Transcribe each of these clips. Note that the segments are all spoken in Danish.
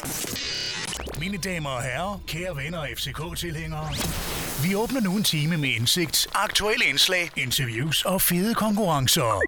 Mine damer og herrer, kære venner og FCK-tilhængere. Vi åbner nu en time med indsigt, aktuelle indslag, interviews og fede konkurrencer.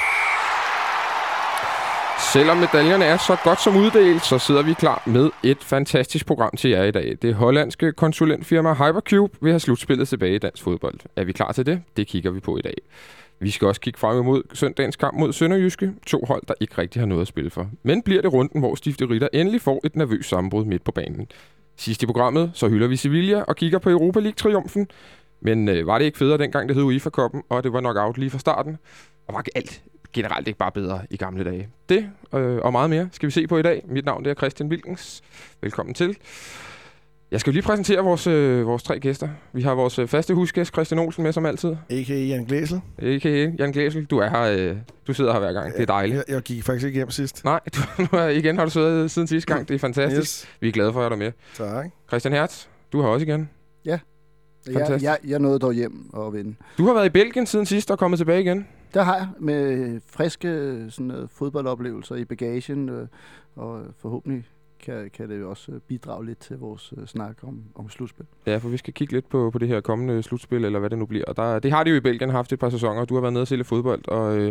Selvom medaljerne er så godt som uddelt, så sidder vi klar med et fantastisk program til jer i dag. Det hollandske konsulentfirma Hypercube vil have slutspillet tilbage i dansk fodbold. Er vi klar til det? Det kigger vi på i dag. Vi skal også kigge frem imod søndagens kamp mod Sønderjyske. 2 hold, der ikke rigtig har noget at spille for. Men bliver det runden, hvor Stifte Ritter endelig får et nervøst sammenbrud midt på banen. Sidst i programmet, så hylder vi Sevilla og kigger på Europa League-triumfen. Men var det ikke federe dengang, det hed UEFA-cuppen, og det var knockout lige fra starten? Og var alt generelt ikke bare bedre i gamle dage? Det og meget mere skal vi se på i dag. Mit navn er Christian Wilkens. Velkommen til. Jeg skal jo lige præsentere vores 3 gæster. Vi har vores faste husgæst, Christian Olsen, med som altid. A.k.a. Jan Glæsel. A.k.a. Jan Glæsel. Du er her. Du sidder her hver gang. Det er dejligt. Jeg gik faktisk ikke hjem sidst. Nej, igen har du siddet siden sidste gang. Det er fantastisk. Yes. Vi er glade for at have dig med. Tak. Christian Hertz, du har også igen. Ja. Jeg nåede dog hjem og vinde. Du har været i Belgien siden sidst og kommet tilbage igen. Der har jeg med friske fodboldoplevelser i bagagen, og forhåbentlig kan det også bidrage lidt til vores snak om slutspil. Ja, for vi skal kigge lidt på det her kommende slutspil, eller hvad det nu bliver. Og det har de jo i Belgien haft et par sæsoner. Du har været nede og se lidt fodbold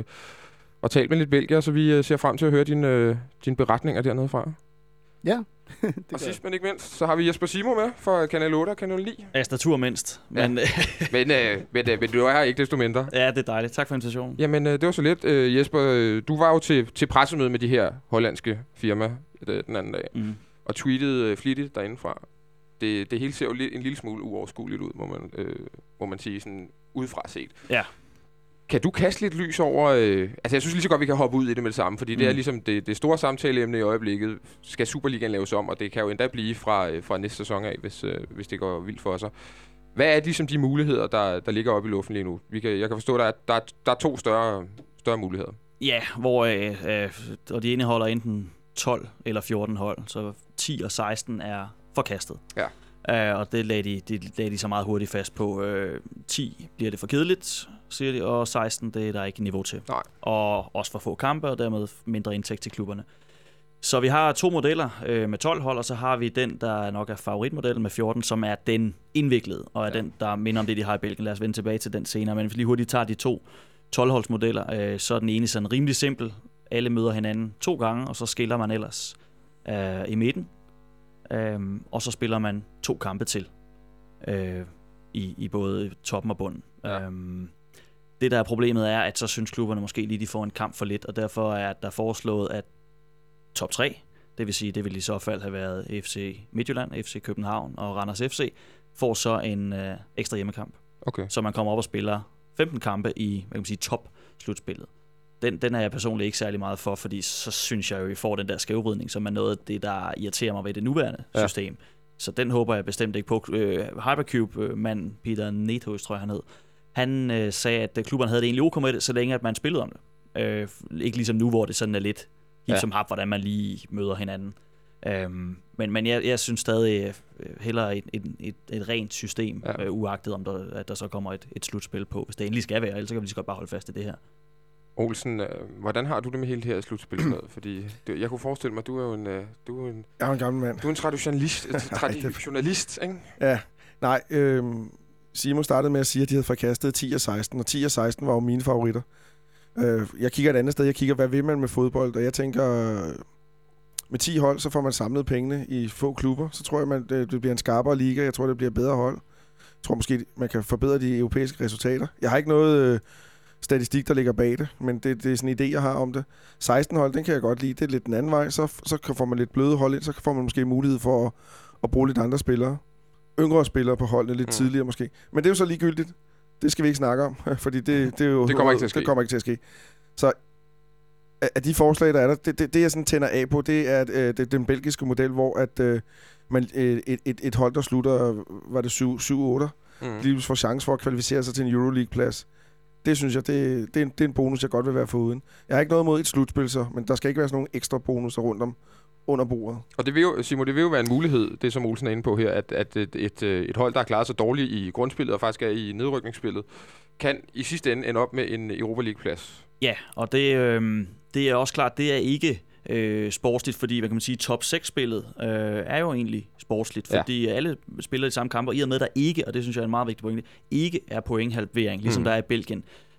og talt med lidt belgier, så vi ser frem til at høre dine beretninger dernede fra. Ja. Og sidst men ikke mindst, så har vi Jesper Simo med fra Kanal 8 og Kanal 9. Ja, statur mindst. Men, ja. men du er her ikke desto mindre. Ja, det er dejligt. Tak for invitationen. Jamen, det var så lidt. Jesper, du var jo til pressemøde med de her hollandske firma den anden dag, og tweetede flittigt derindefra. Det hele ser jo en lille smule uoverskueligt ud, må man sige, sådan udefra set. Ja. Kan du kaste lidt lys over... jeg synes lige så godt, vi kan hoppe ud i det med det samme, fordi det er ligesom det store samtaleemne i øjeblikket. Skal Superligaen laves om, og det kan jo endda blive fra næste sæson af, hvis det går vildt for sig. Hvad er ligesom de muligheder, der ligger oppe i luften lige nu? Jeg kan forstå, at der er 2 større muligheder. Ja, og de indeholder enten 12 eller 14 hold, så 10 og 16 er forkastet. Ja. Og det lagde de så meget hurtigt fast på. 10 bliver det for kedeligt, siger de, og 16, det er der ikke niveau til. Nej. Og også for få kampe, og dermed mindre indtægt til klubberne. Så vi har 2 modeller med 12 hold, og så har vi den, der nok er favoritmodellen med 14, som er den indviklede, og er den, der minder om det, de har i Belgien. Lad os vende tilbage til den senere. Men hvis vi lige hurtigt tager de 2 12-holdsmodeller, så er den ene sådan rimelig simpel. Alle møder hinanden 2 gange, og så skiller man ellers i midten. Og så spiller man 2 kampe til i både toppen og bunden. Ja. Det der er problemet er, at så synes klubberne måske lige, de får en kamp for lidt, og derfor er der foreslået, at top 3, det vil sige, det vil i så fald have været FC Midtjylland, FC København og Randers FC, får så en ekstra hjemmekamp. Okay. Så man kommer op og spiller 15 kampe i, top-slutspillet. Den er jeg personligt ikke særlig meget for, fordi så synes jeg jo, vi får den der skævvridning, som er noget af det, der irriterer mig ved det nuværende system. Så den håber jeg bestemt ikke på. Hypercube-mand Peter Nethus, tror jeg han hed, han sagde, at klubberne havde det egentlig ok med det, så længe at man spillede om det. Ikke ligesom nu, hvor det sådan er lidt hip som hap, hvordan man lige møder hinanden. Men jeg synes stadig hellere et rent system, uagtet om at der så kommer et slutspil på, hvis det endelig skal være, ellers kan vi lige så godt bare holde fast i det her. Olsen, hvordan har du det med hele det her slutspil? Fordi jeg kunne forestille mig, du er jo en Jeg er en gammel mand. Du er en traditionalist, ikke? Ja, nej. Simon startede med at sige, at de havde forkastet 10 og 16, og 10 og 16 var jo mine favoritter. Jeg kigger et andet sted. Jeg kigger, hvad vil man med fodbold? Og jeg tænker, med 10 hold, så får man samlet pengene i få klubber. Så tror jeg, det bliver en skarpere liga. Jeg tror, det bliver bedre hold. Jeg tror måske, man kan forbedre de europæiske resultater. Jeg har ikke noget statistik, der ligger bag det, men det er sådan en idé, jeg har om det. 16 hold, den kan jeg godt lide. Det er lidt den anden vej. Så får man lidt bløde hold ind, så får man måske mulighed for at bruge lidt andre spillere. Yngre spillere på holdene lidt tidligere måske. Men det er jo så ligegyldigt. Det skal vi ikke snakke om, fordi det kommer ikke til at ske. Så af de forslag, der er der, det jeg sådan tænder af på, det er den belgiske model, hvor at man et hold, der slutter, var det 7-8, lige får chance for at kvalificere sig til en Euroleague-plads. Det synes jeg, det er en bonus, jeg godt vil være foruden. Jeg har ikke noget mod et slutspil, så, men der skal ikke være sådan nogle ekstra bonusser rundt om under bordet. Og det vil jo, Simon, det vil jo være en mulighed, det som Olsen er inde på her, at et hold, der har klaret sig dårligt i grundspillet og faktisk er i nedrykningsspillet, kan i sidste ende op med en Europa League-plads. Ja, og det er også klart, det er ikke sportsligt, fordi hvad kan man sige, top 6-spillet er jo egentlig sportsligt, fordi alle spiller de samme kampe, og i og med, der ikke, og det synes jeg er en meget vigtig pointe, ikke er pointhalvering, ligesom der er i Belgien,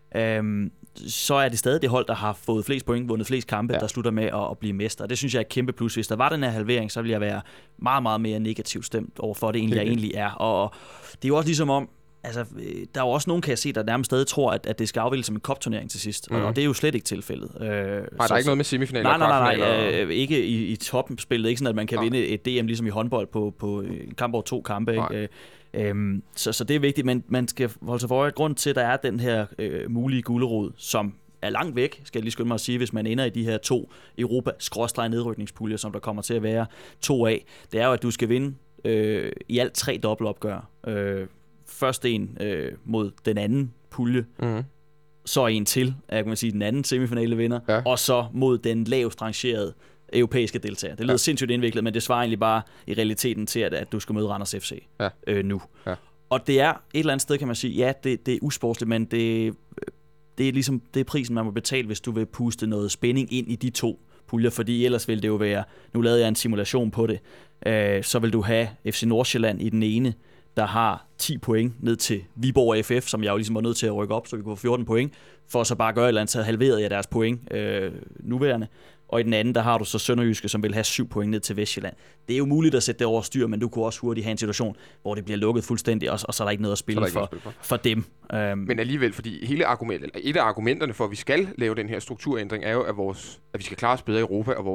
så er det stadig det hold, der har fået flest point, vundet flest kampe, der slutter med at blive mester. Og det synes jeg er et kæmpe plus. Hvis der var den her halvering, så ville jeg være meget, meget mere negativt stemt overfor det, jeg egentlig er. Og det er jo også ligesom om, altså, der er jo også nogen, kan jeg se, der nærmest stadig tror, at det skal afvikles som en cup-turnering til sidst. Og det er jo slet ikke tilfældet. Nej, der er ikke noget med semifinaler. Nej, ikke i topspillet. Ikke sådan, at man kan vinde et DM ligesom i håndbold på en kamp over 2 kampe. Ikke? Så det er vigtigt, men man skal holde sig for øje, at grund til, at der er den her mulige gulerod, som er langt væk, skal jeg lige skynde mig at sige, hvis man ender i de her 2 Europa-nedrykningspuljer, som der kommer til at være 2 af, det er jo, at du skal vinde i alt 3 dobbeltopgør. Først en mod den anden pulje, så en til, kan man sige, den anden semifinale vinder, og så mod den lavest rangerede europæiske deltager. Det lyder sindssygt indviklet, men det svarer egentlig bare i realiteten til, at du skal møde Randers FC nu. Ja. Og det er et eller andet sted, kan man sige, ja, det er usportsligt, men det er ligesom det er prisen, man må betale, hvis du vil puste noget spænding ind i de 2 puljer, fordi ellers vil det jo være, nu lavede jeg en simulation på det, så vil du have FC Nordsjælland i den ene, der har 10 point ned til Viborg FF, som jeg jo ligesom var nødt til at rykke op, så vi kunne få 14 point, for så bare gøre et eller andet, så halverede jeg deres point nuværende. Og i den anden, der har du så Sønderjyske, som vil have 7 point ned til Vestjylland. Det er jo muligt at sætte det over styr, men du kunne også hurtigt have en situation, hvor det bliver lukket fuldstændig, og så er der ikke noget at spille for dem. Men alligevel, fordi et af argumenterne for, at vi skal lave den her strukturændring, er jo, at vi skal klare os bedre i Europa, og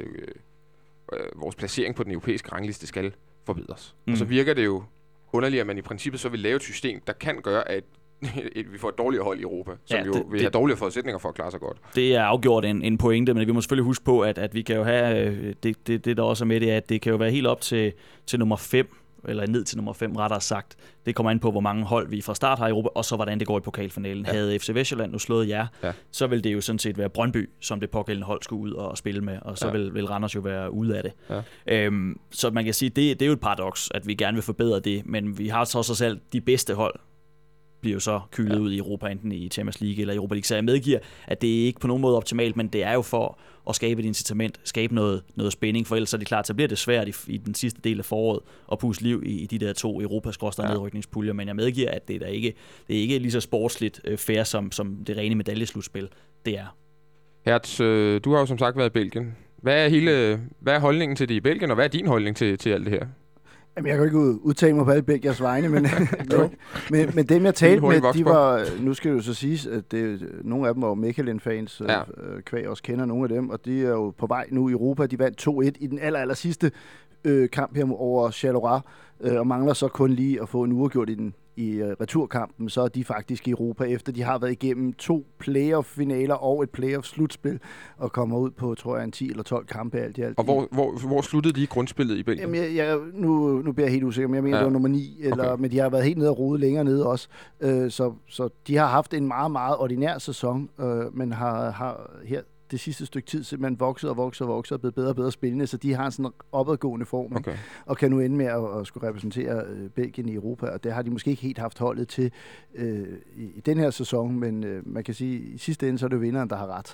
vores placering på den europæiske rangliste skal forbedres. Og så virker det jo underligt, at man i princippet så vil lave et system, der kan gøre, at vi får et dårligere hold i Europa, som vil have dårligere forudsætninger for at klare sig godt. Det er afgjort en pointe, men vi må selvfølgelig huske på, at vi kan jo have, det der også er med det, at det kan jo være helt op til nummer 5, eller ned til nummer 5, rettere sagt. Det kommer an på, hvor mange hold vi fra start har i Europa, og så hvordan det går i pokalfinalen. Havde FC Vestjylland nu slået jer, så vil det jo sådan set være Brøndby, som det pågældende hold skulle ud og spille med, og så vil Randers jo være ude af det. Så man kan sige, det er jo et paradoks, at vi gerne vil forbedre det, men vi har så også selv de bedste hold, bliver jo så kylet ud i Europa, enten i Champions League eller Europa League. Så jeg medgiver, at det ikke på nogen måde optimalt, men det er jo for at skabe et incitament, skabe noget spænding, for ellers er det klart, så bliver det svært i den sidste del af foråret at puste liv i de der 2 Europa-nedrykningspuljer, men jeg medgiver, at det er ikke lige så sportsligt fair som det rene medaljeslutspil. Det er. Hertz, du har jo som sagt været i Belgien. Hvad er holdningen til det i Belgien, og hvad er din holdning til alt det her? Jamen, jeg kan ikke udtale mig på alle Belgiers vegne, men dem jeg talte med, de var, nu skal det jo så siges, at nogle af dem var jo Mechelen-fans, kvæg også kender nogle af dem, og de er jo på vej nu i Europa. De vandt 2-1 i den aller sidste kamp her over Charleroi, og mangler så kun lige at få en uafgjort i returkampen, så er de faktisk i Europa, efter de har været igennem 2 playoff-finaler og et playoff-slutspil, og kommer ud på, tror jeg, en 10 eller 12 kampe alt i alt. Og hvor sluttede de i grundspillet i Belgien? Jamen, nu bliver jeg helt usikker, men jeg mener, det var nummer 9, men de har været helt nede og rode længere nede også. Så de har haft en meget, meget ordinær sæson, men har her det sidste stykke tid simpelthen vokset og blevet bedre og bedre spillende, så de har en sådan opadgående form, og kan nu ende med at skulle repræsentere Belgien i Europa, og det har de måske ikke helt haft holdet til i den her sæson, men man kan sige, at i sidste ende så er det vinderen, der har ret.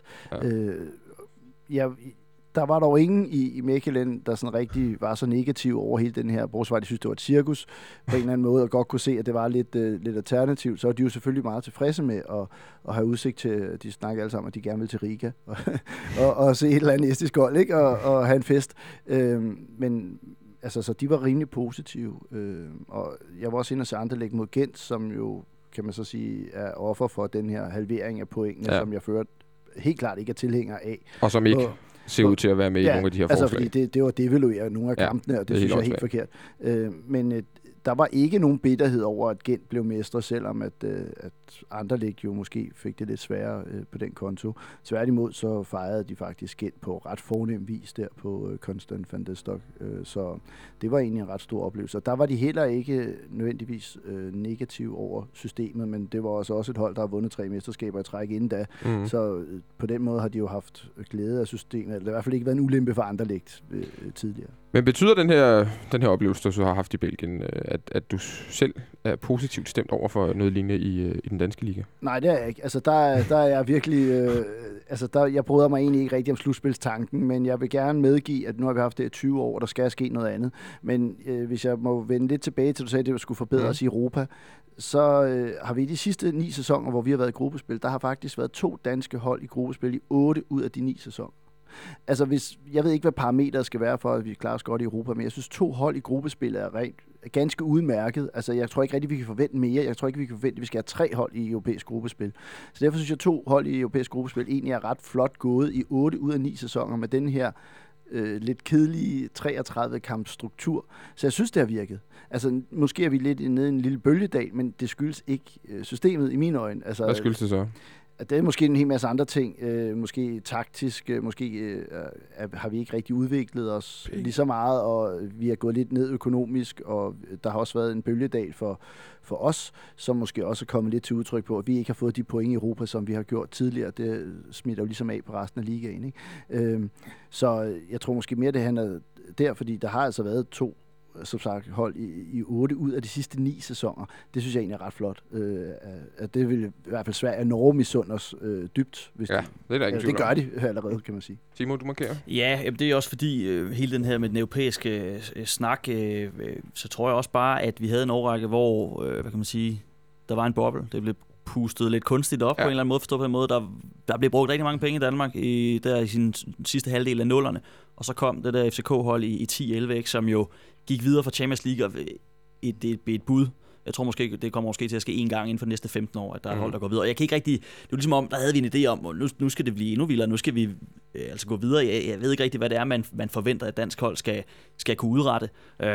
Der var dog ingen i Mechelen, der sådan rigtig var så negativ over hele den her, bortset fra, de synes, det var et cirkus på en eller anden måde, og godt kunne se, at det var lidt alternativt. Så er de jo selvfølgelig meget tilfredse med at have udsigt til, de snakker alle sammen, at de gerne vil til Riga og se et eller andet estisk hold, ikke? Og have en fest. Men altså, så de var rimelig positive. Og jeg var også inde og se Anderlecht mod Gent, som jo, kan man så sige, er offer for den her halvering af pointene, som jeg ført helt klart ikke er tilhænger af. Og som ikke ser ud til at være med i nogle af de her forslag. Altså fordi det var devalueret nogle af kampene, og det synes jeg er helt forkert. Men der var ikke nogen bitterhed over, at Gent blev mestre, selvom at Anderlecht jo måske fik det lidt sværere på den konto. Tværtimod så fejrede de faktisk Gent på ret fornem vis der på Constant van der Stok. Så det var egentlig en ret stor oplevelse. Og der var de heller ikke nødvendigvis negative over systemet, men det var også et hold, der har vundet 3 mesterskaber i træk inden da. Så på den måde har de jo haft glæde af systemet. Det har i hvert fald ikke været en ulempe for Anderlecht tidligere. Men betyder den her oplevelse, du har haft i Belgien, at du selv er positivt stemt over for noget lignende i den danske liga? Nej, det er jeg ikke. Altså, der er jeg virkelig... jeg bryder mig egentlig ikke rigtig om slutspilstanken, men jeg vil gerne medgive, at nu har vi haft det i 20 år, og der skal ske noget andet. Men hvis jeg må vende lidt tilbage til, du sagde, at det skulle forbedres i Europa, så har vi i de sidste 9 sæsoner, hvor vi har været i gruppespil, der har faktisk været 2 danske hold i gruppespil i 8 ud af de 9 sæsoner. Altså, jeg ved ikke, hvad parametret skal være for, at vi klarer os godt i Europa, men jeg synes, 2 hold i gruppespil er ganske udmærket. Altså, jeg tror ikke rigtig, vi kan forvente mere. Jeg tror ikke, vi kan forvente, at vi skal have 3 hold i europæisk gruppespil. Så derfor synes jeg, 2 hold i europæisk gruppespil egentlig er ret flot gået i 8 ud af 9 sæsoner med den her lidt kedelige 33-kampstruktur. Så jeg synes, det har virket. Altså, måske er vi lidt nede i en lille bølgedal, men det skyldes ikke systemet i mine øjne. Altså, hvad skyldes det så? Det er måske en hel masse andre ting. Måske taktisk, måske har vi ikke rigtig udviklet os lige så meget, og vi er gået lidt ned økonomisk, og der har også været en bølgedal for os, som måske også er kommet lidt til udtryk på, at vi ikke har fået de point i Europa, som vi har gjort tidligere. Det smitter jo ligesom af på resten af ligaen, ikke? Så jeg tror måske mere, det handler der, fordi der har altså været 2 som sagt, hold i 8 ud af de sidste 9 sæsoner. Det synes jeg egentlig er ret flot. Det vil i hvert fald Sverige og Norge misunde os dybt. Hvis ja, det er der ikke det gør de allerede, kan man sige. Timo, du markerer? Ja, det er også fordi hele den her med den europæiske snak, så tror jeg også bare, at vi havde en årrække, hvor, hvad kan man sige, der var en boble. Det blev pustet lidt kunstigt op på en eller anden måde, forstået på en måde. Der blev brugt rigtig mange penge i Danmark i sin sidste halvdel af 0'erne. Og så kom det der FCK-hold i 10-11, som jo gik videre fra Champions League, og et bud. Jeg tror måske, det kommer måske til at ske en gang inden for de næste 15 år, at der er hold, der går videre. Og jeg kan ikke rigtig... Det er ligesom om, der havde vi en idé om, og nu skal det blive endnu vildere. Nu skal vi altså gå videre. Jeg ved ikke rigtig, hvad det er, man forventer, at dansk hold skal kunne udrette.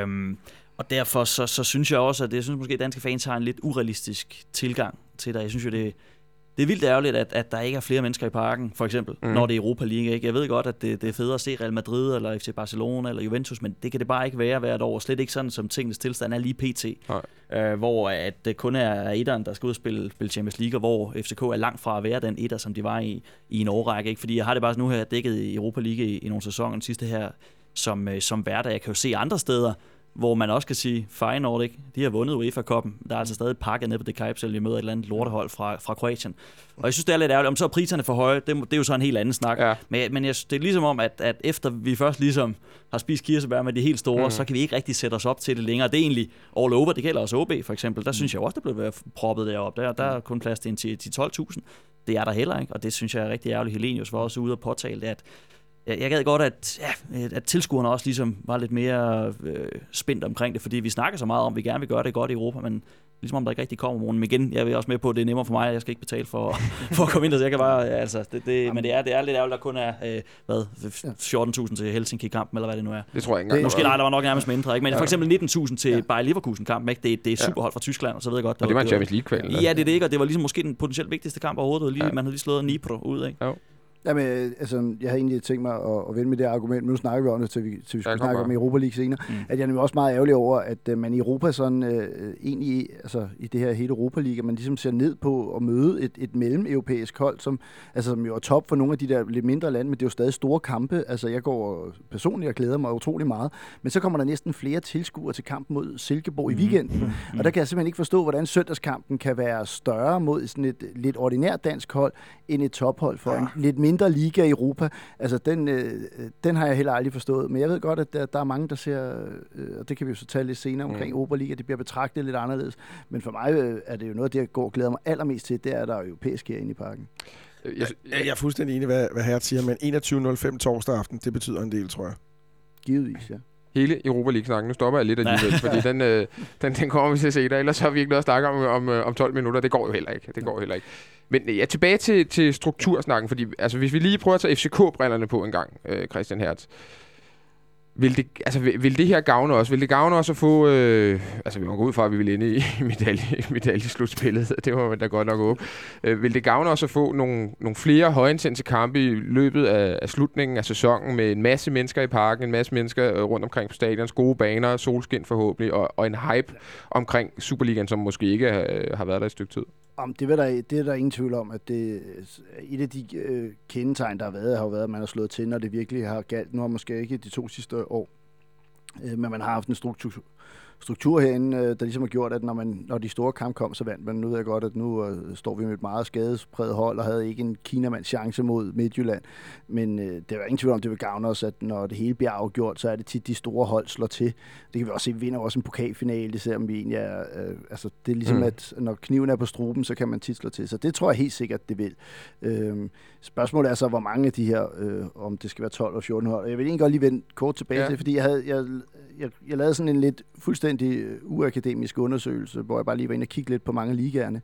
Og derfor så synes jeg også, at jeg synes måske, at danske fans har en lidt urealistisk tilgang til det. Jeg synes jo, det er vildt ærgerligt, at der ikke er flere mennesker i parken, for eksempel, når det er Europa League. Ikke? Jeg ved godt, at det er federe at se Real Madrid, eller FC Barcelona, eller Juventus, men det kan det bare ikke være hvert år. Slet ikke sådan, som tingenes tilstand er lige pt. Hvor at det kun er etteren, der skal ud og spille Champions League, og hvor FCK er langt fra at være den etter, som de var i en årrække. Ikke? Fordi jeg har det bare nu her dækket i Europa League i nogle sæsoner, den sidste her, som hverdag. Jeg kan jo se andre steder, hvor man også kan sige, Feyenoord, ikke? De har vundet UEFA-koppen. Der er altså stadig pakket ned på det Kajpsel, vi møder et eller andet lortehold fra Kroatien. Og jeg synes, det er lidt ærgerligt. Om så er priserne for høje, det er jo så en helt anden snak. Ja. Men det er ligesom om, at efter vi først ligesom har spist kirsebær med de helt store, så kan vi ikke rigtig sætte os op til det længere. Det er egentlig all over. Det gælder også OB, for eksempel. Der synes jeg også, der blev proppet deroppe. Der er kun plads til 10-12.000. Det er der heller ikke, og det synes jeg er rigtig ærgerligt. Helenius var også ude og påtale, at jeg gad godt, at tilskuerne også ligesom var lidt mere spændt omkring det, fordi vi snakker så meget om, at vi gerne vil gøre det godt i Europa, men ligesom om der ikke rigtig kommer nogen. Men igen, jeg er også med på, at det er nemmere for mig, jeg skal ikke betale for at komme ind, så jeg kan bare, altså, men det er lidt ærgerligt, der kun er, 14.000 til Helsinki-kampen, eller hvad det nu er. Det tror jeg ikke engang. Måske der var nok nærmest mindre, ikke? Men for eksempel 19.000 til Bayer Leverkusen-kampen, ikke? Det er superhold fra Tyskland, og så ved jeg godt. Og det var en Champions League-kval. Ja, det er det ikke, og det var ligesom måske den potentielt vigtigste kamp overhovedet. Man havde lige slået Dnipro ud, ikke? Jo. Jamen, altså, jeg havde egentlig tænkt mig at vende med det argument, men nu snakker vi om det, til vi skulle snakke om Europa League senere, at jeg er nemlig også meget ærgerlig over, at man i Europa sådan, egentlig, altså i det her hele Europa League, man ligesom ser ned på at møde et mellemeuropæisk hold, som jo er top for nogle af de der lidt mindre lande, men det er jo stadig store kampe. Altså, jeg går personligt og glæder mig utrolig meget, men så kommer der næsten flere tilskuere til kampen mod Silkeborg i weekenden, og der kan jeg simpelthen ikke forstå, hvordan søndagskampen kan være større mod sådan et lidt ordinært dansk hold, end et tophold for en lidt mindre liga i Europa. Altså, den har jeg heller aldrig forstået. Men jeg ved godt, at der er mange, der ser, og det kan vi jo så tale lidt senere omkring Europa League, det bliver betragtet lidt anderledes. Men for mig er det jo noget, det jeg går og glæder mig allermest til, det er, at der er europæisk herinde i parken. Jeg er fuldstændig enig, hvad Hert siger, men 21.05 torsdag aften, det betyder en del, tror jeg. Givetvis, ja. Hele Europa League-snakken. Nu stopper jeg lidt alligevel, fordi den kommer vi til at se der. Ellers har vi ikke noget at snakke om 12 minutter. Det går jo heller ikke. Men ja, tilbage til struktursnakken, fordi altså, hvis vi lige prøver at tage FCK-brillerne på en gang, Christian Hertz. Vil det her gavne os? Vil det gavne os at få... vi må gå ud fra, at vi vil inde i medaljeslutspillet. Det var man da godt nok håbe. Vil det gavne os at få nogle flere højintense kampe i løbet af slutningen af sæsonen med en masse mennesker i parken, en masse mennesker rundt omkring på stadions, gode baner, solskin forhåbentlig, og en hype omkring Superligaen, som måske ikke har været der et stykke tid? Det er der ingen tvivl om, at det et af de kendetegn, der har været, at man har slået til, når det virkelig har galt. Nu har måske ikke de 2 sidste år Men man har haft en struktur herinde, der ligesom har gjort, at når de store kampe kom, så vandt man. Nu ved jeg godt, at nu står vi med et meget skadespræget hold, og havde ikke en Kinamands chance mod Midtjylland. Men det er jo ingen tvivl om, det vil gavne os, at når det hele bliver afgjort, så er det tit, de store hold slår til. Det kan vi også se, vi vinder også en pokalfinale, det ser vi egentlig er, altså det er ligesom, at når kniven er på struben, så kan man tit slå til. Så det tror jeg helt sikkert, det vil. Spørgsmålet er så, hvor mange af de her, om det skal være 12 og 14 hold. Jeg vil egentlig godt lige vende kort tilbage til, fordi jeg lavede sådan en lidt fuldstændig uakademisk undersøgelse, hvor jeg bare lige var inde og kigge lidt på mange af ligaerne.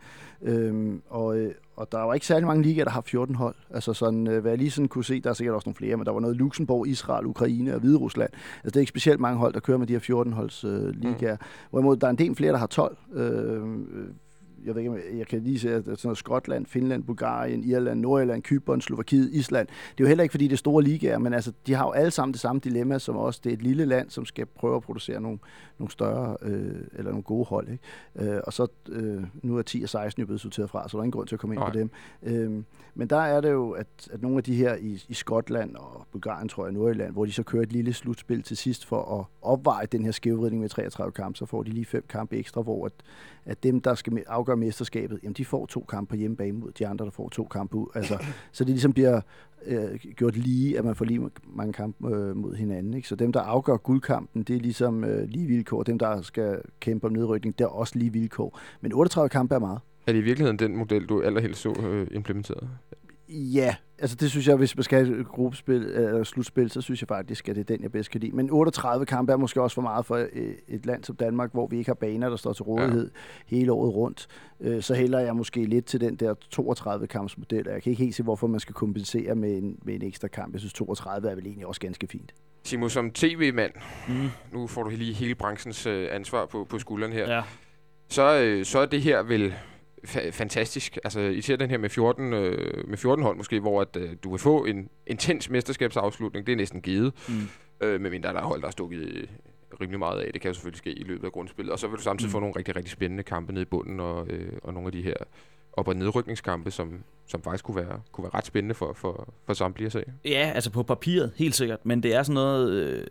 Og der var ikke særlig mange ligaer, der har 14 hold. Altså sådan, hvad jeg lige sådan kunne se, der er sikkert også nogle flere, men der var noget Luxembourg, Israel, Ukraine og Hviderusland. Altså det er ikke specielt mange hold, der kører med de her 14-holds ligaer. Hvorimod der er en del flere, der har 12. Jeg ved ikke, jeg kan lige se, at sådan noget Skotland, Finland, Bulgarien, Irland, Nordirland, Cypern, Slovakiet, Island. Det er jo heller ikke, fordi det er store ligaer, men altså, de har jo alle sammen det samme dilemma som os. Det er et lille land, som skal prøve at producere nogle større, eller nogle gode hold. Ikke? Og så nu er 10 og 16 jo blevet sorteret fra, så der er ingen grund til at komme ind på dem. Men der er det jo, at nogle af de her i Skotland og Bulgarien, tror jeg, Nordirland, hvor de så kører et lille slutspil til sidst for at opveje den her skævvridning med 33 kampe, så får de lige 5 kampe ekstra, hvor at dem, der skal afgøre mesterskabet, jamen de får 2 kampe på hjemmebane mod de andre, der får 2 kampe ud. Altså, så det ligesom bliver gjort lige, at man får lige mange kampe mod hinanden. Ikke? Så dem, der afgør guldkampen, det er ligesom lige vilkår. Dem, der skal kæmpe om nedrykning, det er også lige vilkår. Men 38 kampe er meget. Er det i virkeligheden den model, du allerhelst så implementeret? Ja, altså det synes jeg, hvis man skal have et gruppespil eller slutspil, så synes jeg faktisk, at det er den, jeg bedst kan lide. Men 38 kampe er måske også for meget for et land som Danmark, hvor vi ikke har baner, der står til rådighed hele året rundt. Så hælder jeg måske lidt til den der 32-kampsmodel. Jeg kan ikke helt se, hvorfor man skal kompensere med en ekstra kamp. Jeg synes, 32 er vel egentlig også ganske fint. Simon, som tv-mand, nu får du lige hele branchens ansvar på skulderen her, så er det her vel fantastisk. Altså især den her med 14 hold måske, hvor at, du vil få en intens mesterskabsafslutning. Det er næsten givet. Medmindre der er hold, der er stukket rimelig meget af. Det kan jo selvfølgelig ske i løbet af grundspillet. Og så vil du samtidig få nogle rigtig, rigtig spændende kampe nede i bunden, og nogle af de her op- og nedrykningskampe, som faktisk kunne være ret spændende for samtlige at se. Ja, altså på papiret, helt sikkert. Men det er sådan noget...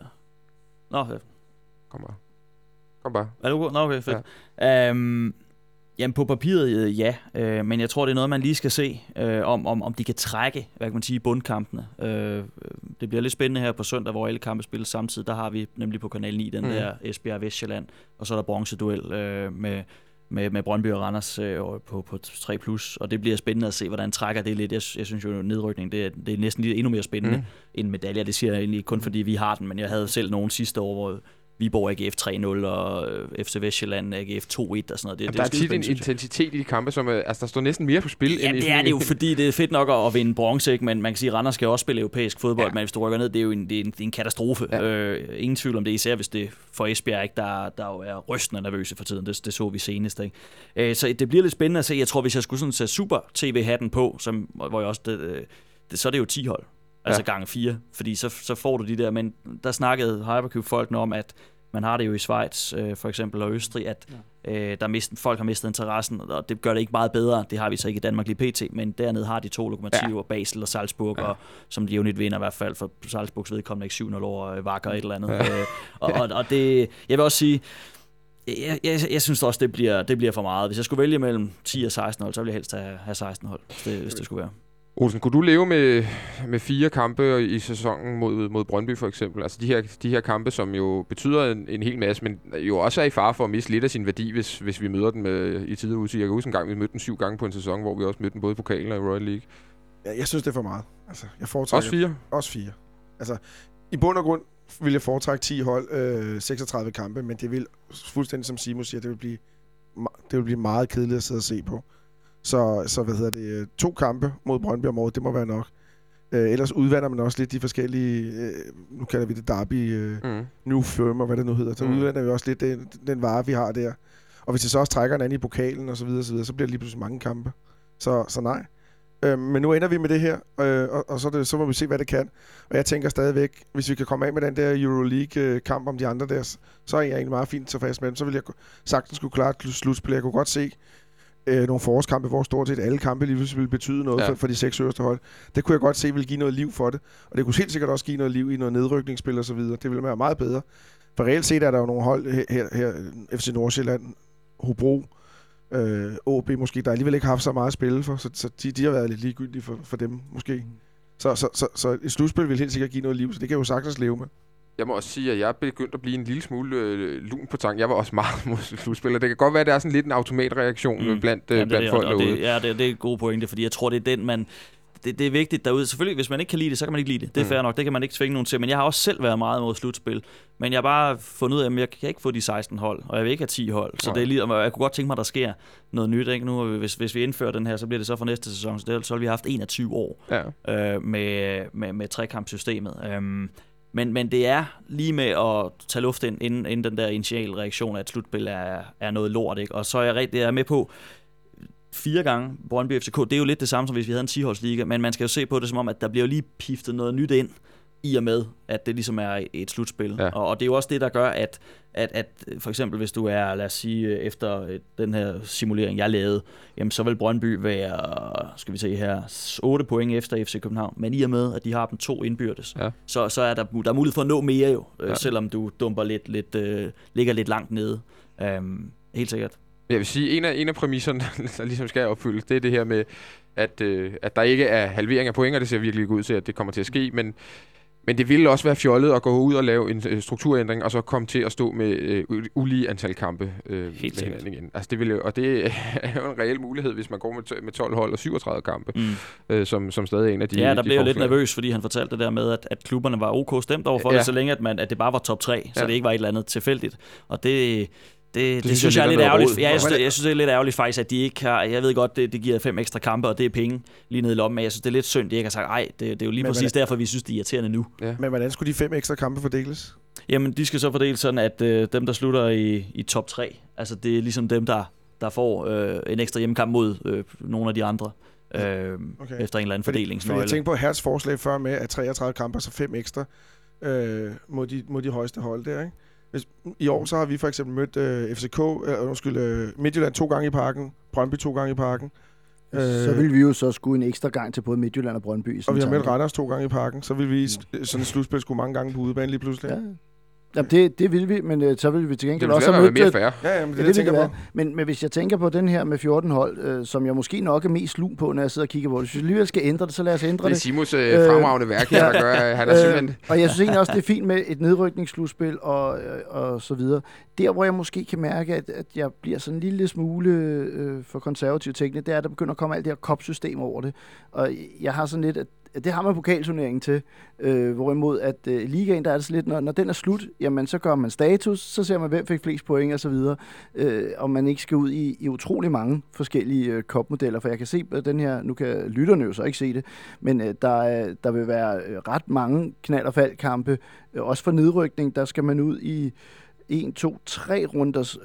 Kom bare. Er du god? Nå, okay, fedt. Ja. Jamen på papiret, ja. Men jeg tror, det er noget, man lige skal se, om de kan trække, hvad kan man sige, bundkampene. Det bliver lidt spændende her på søndag, hvor alle kampe spilles samtidig. Der har vi nemlig på Kanal 9 den der Esbjerg Vestsjælland, og så er der bronzeduel med Brøndby og Randers på 3+. Og det bliver spændende at se, hvordan trækker det lidt. Jeg synes jo, nedrykning, det er næsten endnu mere spændende end medaljer. Det siger jeg egentlig kun fordi vi har den, men jeg havde selv nogen sidste år, hvor Viborg AGF 3-0 og FC Vestsjælland AGF 2-1 og sådan noget. Der er tit en intensitet i de kampe, som altså der står næsten mere på spil. Ja, det er det jo, fordi det er fedt nok at vinde bronze, ikke? Men man kan sige, at Randers skal også spille europæisk fodbold, men hvis du rykker ned, det er jo en katastrofe. Ja. Ingen tvivl om det, især hvis det for Esbjerg, ikke, der jo er rystende nervøse for tiden. Det så vi senest. Ikke? Så det bliver lidt spændende at se. Jeg tror, hvis jeg skulle sådan sætte super TV-hatten på, hvor jeg også så er det jo 10 hold. Altså gange 4, fordi så får du de der, men der snakkede Hypercube-folkene om, at man har det jo i Schweiz for eksempel, og Østrig, at folk har mistet interessen, og det gør det ikke meget bedre. Det har vi så ikke i Danmark lige pt, men dernede har de 2 lokomotiver, Basel og Salzburg, og som de jo lidt vinder i hvert fald, for Salzburgs vedkommende ikke 7-0 over Wacker et eller andet. Og det, jeg vil også sige, jeg synes også, det bliver for meget. Hvis jeg skulle vælge mellem 10 og 16 hold, så ville jeg helst have 16 hold, hvis det skulle være. Olsen, kunne du leve med 4 kampe i sæsonen mod Brøndby for eksempel? Altså de her kampe, som jo betyder en hel masse, men jo også er i fare for at miste lidt af sin værdi, hvis vi møder dem i tid og udsigt. Jeg kan huske en gang, vi mødte dem 7 gange på en sæson, hvor vi også mødte dem både i pokalen og i Royal League. Ja, jeg synes, det er for meget. Altså, jeg foretrækker... Også 4? Også 4. Altså, i bund og grund vil jeg foretrække 10 hold, 36 kampe, men det vil, fuldstændig som Simon siger, det vil blive meget kedeligt at sidde og se på. Så 2 kampe mod Brøndby om året, det må være nok. Ellers udvander man også lidt de forskellige, nu kalder vi det derby, new firm og hvad det nu hedder. Så udvander vi også lidt den vare, vi har der. Og hvis det så også trækker en anden i pokalen og så videre, så bliver det lige pludselig mange kampe. Så nej. Men nu ender vi med det her, og så må vi se, hvad det kan. Og jeg tænker stadigvæk, hvis vi kan komme af med den der Euroleague-kamp om de andre der, så er jeg egentlig meget fint så fast med dem. Så vil jeg sagtens skulle klare et slutspil. Jeg kunne godt se, nogle forårskampe, hvor stort set alle kampe lige ville betyde noget for de 6 øverste hold. Det kunne jeg godt se ville give noget liv for det. Og det kunne helt sikkert også give noget liv i noget nedrykningsspil og så videre. Det ville være meget bedre. For reelt set er der jo nogle hold her FC Nordsjælland, Hobro, OB måske, der alligevel ikke har haft så meget at spille for, så de har været lidt ligegyldige for dem måske. Så et slutspil vil helt sikkert give noget liv, så det kan jeg jo sagtens leve med. Jeg må også sige, at jeg er begyndt at blive en lille smule lun på tanken. Jeg var også meget mod slutspil, og det kan godt være, at det er sådan lidt en automatreaktion blandt folk derude. Det er et god pointe, fordi jeg tror, det er den, man... Det er vigtigt derude. Selvfølgelig, hvis man ikke kan lide det, så kan man ikke lide det. Det er fair nok, det kan man ikke tvinge nogen til. Men jeg har også selv været meget mod slutspil. Men jeg har bare fundet ud af, at jeg kan ikke få de 16 hold, og jeg vil ikke have 10 hold. Så det er lige, og jeg kunne godt tænke mig, at der sker noget nyt. Ikke? Nu, hvis vi indfører den her, så bliver det så for næste sæson. Så har vi haft 21 år med trekampsystemet. Men det er lige med at tage luft ind, inden den der initiale reaktion af, at slutspil er noget lort. Ikke? Og så er jeg med på 4 gange Brøndby FCK. Det er jo lidt det samme, som hvis vi havde en 10-holdsliga, men man skal jo se på det som om, at der bliver jo lige piftet noget nyt ind, i og med, at det ligesom er et slutspil. Ja. Og det er jo også det, der gør, at for eksempel, hvis du er, lad os sige, efter den her simulering, jeg lavede, jamen så vil Brøndby være, skal vi se her, 8 point efter FC København. Men i og med, at de har dem 2 indbyrdes, så er der mulighed for at nå mere jo, selvom du dumper ligger lidt langt nede. Helt sikkert. Jeg vil sige, en af præmisserne, der ligesom skal opfyldes, det er det her med, at der ikke er halvering af point, og det ser virkelig ud til, at det kommer til at ske, men det ville også være fjollet at gå ud og lave en strukturændring, og så komme til at stå med ulige antal kampe med hinanden igen. Altså det ville, og det er jo en reel mulighed, hvis man går med 12 hold og 37 kampe, som stadig er en af de... Ja, der blev jo lidt nervøs, fordi han fortalte det der med, at klubberne var ok stemt over for det, så længe at det bare var top 3, så det ikke var et eller andet tilfældigt. Og det synes jeg er lidt ærgerligt. Ja, jeg synes, det er lidt ærgerligt faktisk, at de ikke har... Jeg ved godt, det giver 5 ekstra kampe, og det er penge lige nede i lommen, men jeg synes, det er lidt synd, de ikke har sagt, ej, det er jo lige præcis derfor, vi synes, det er irriterende nu. Ja. Men hvordan skulle de 5 ekstra kampe fordeles? Jamen, de skal så fordeles sådan, at dem, der slutter i top 3, altså det er ligesom dem, der får en ekstra hjemmekamp mod nogle af de andre. Efter en eller anden fordelingsnøgle. Jeg tænkte på Hertz forslag før med, at 33 kampe, så 5 ekstra mod de højeste hold der, ikke? I år så har vi for eksempel mødt Midtjylland 2 gange i Parken, Brøndby 2 gange i Parken. Så vil vi jo så skulle en ekstra gang til både Midtjylland og Brøndby. Og vi har mødt Randers 2 gange i Parken, så vil vi sådan et slutspil skulle mange gange på udebane lige pludselig. Ja. Jamen det vil vi, men så vil vi til gengæld også have mødt... mere fair. Ja, men det tænker jeg på. Men hvis jeg tænker på den her med 14 hold, som jeg måske nok er mest lun på, når jeg sidder og kigger på det. Hvis vi alligevel skal ændre det, så lad os ændre det. Det er Simons fremragende værk her, der gør, at han er simpelthen... Og jeg synes egentlig også, det er fint med et nedrykningsslutspil og så videre. Der, hvor jeg måske kan mærke, at jeg bliver sådan en lille smule for konservativ teknik, det er, at der begynder at komme alt det her kopsystem over det. Og jeg har sådan lidt... Det har man pokalturneringen til, hvorimod at ligaen, der er det så lidt, når den er slut, jamen så gør man status, så ser man, hvem fik flest point og så videre, og man ikke skal ud i utrolig mange forskellige kopmodeller, for jeg kan se den her, nu kan lytterne jo så ikke se det, men der vil være ret mange knald- og faldkampe, også for nedrykning, der skal man ud i 1, 2, 3 runders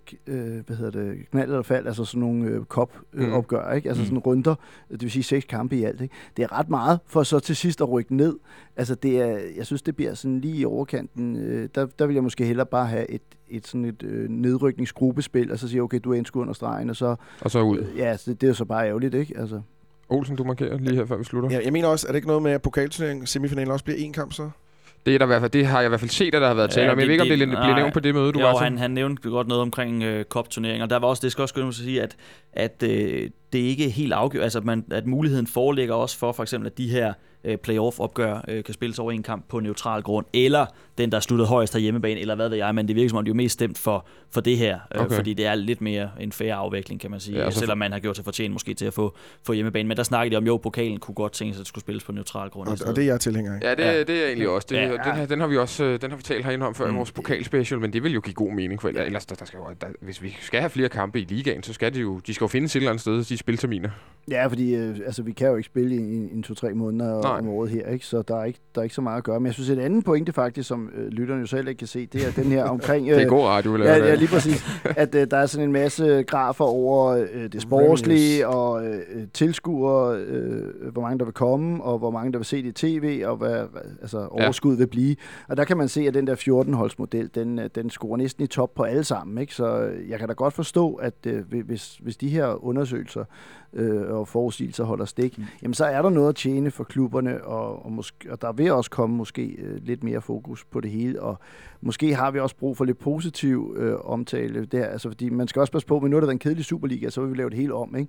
knald eller fald, altså sådan nogle opgør, ikke? Altså sådan runder, det vil sige 6 kampe i alt, ikke? Det er ret meget for så til sidst at rykke ned. Altså jeg synes, det bliver sådan lige i overkanten. Der vil jeg måske hellere bare have et nedrykningsgruppespil, og så sige, okay, du er indskud under stregen, og så ud. Ja, det er jo så bare ærgerligt, ikke? Altså. Olsen, du markerer lige her, før vi slutter. Ja, jeg mener også, er det ikke noget med, at pokalturneringen semifinalen også bliver 1 kamp så? Det har jeg i hvert fald set, at der har været tale om. Jeg ved ikke, om det bliver nævnt på det møde, du var til. Han nævnte godt noget omkring cup-turneringer. Der var også, det skal også skynde sige, at det ikke er helt afgjort, altså at muligheden foreligger også for eksempel, at de her playoff-opgør kan spilles over en kamp på neutral grund, eller den, der sluttede højst her hjemmebane, eller hvad ved jeg, men det virker som om, de er jo mest stemt for det her, fordi det er lidt mere en fair afvikling, kan man sige, selvom man har gjort sig fortjent måske til at få hjemmebane. Men der snakkede de om, jo, pokalen kunne godt tænke sig, at det skulle spilles på neutral grund. Og det er jeg tilhænger af. Ja, det er egentlig også. Den har vi også den har vi talt herinde om før i vores pokalspecial, men det vil jo give god mening for ellers hvis vi skal have flere kampe i ligaen, så skal de skal jo findes et eller andet sted. spilterminer. Ja, fordi vi kan jo ikke spille i 2-3 måneder om året her, ikke? Så der er ikke så meget at gøre. Men jeg synes, et andet pointe faktisk, som lytterne jo selv ikke kan se, det er den her omkring... det er god radio, eller ja, lige præcis. At der er sådan en masse grafer over det sportslige og tilskuere, hvor mange der vil komme, og hvor mange der vil se det i tv, og hvad overskud vil blive. Og der kan man se, at den der 14-holdsmodel, den scorer næsten i top på alle sammen, ikke? Så jeg kan da godt forstå, at hvis de her undersøgelser og forudsigelser holder stik, jamen så er der noget at tjene for klubberne, og der vil også komme måske lidt mere fokus på det hele, og måske har vi også brug for lidt positiv omtale der, altså fordi man skal også passe på, men nu er der en kedelig Superliga, så vil vi lave det hele om, ikke?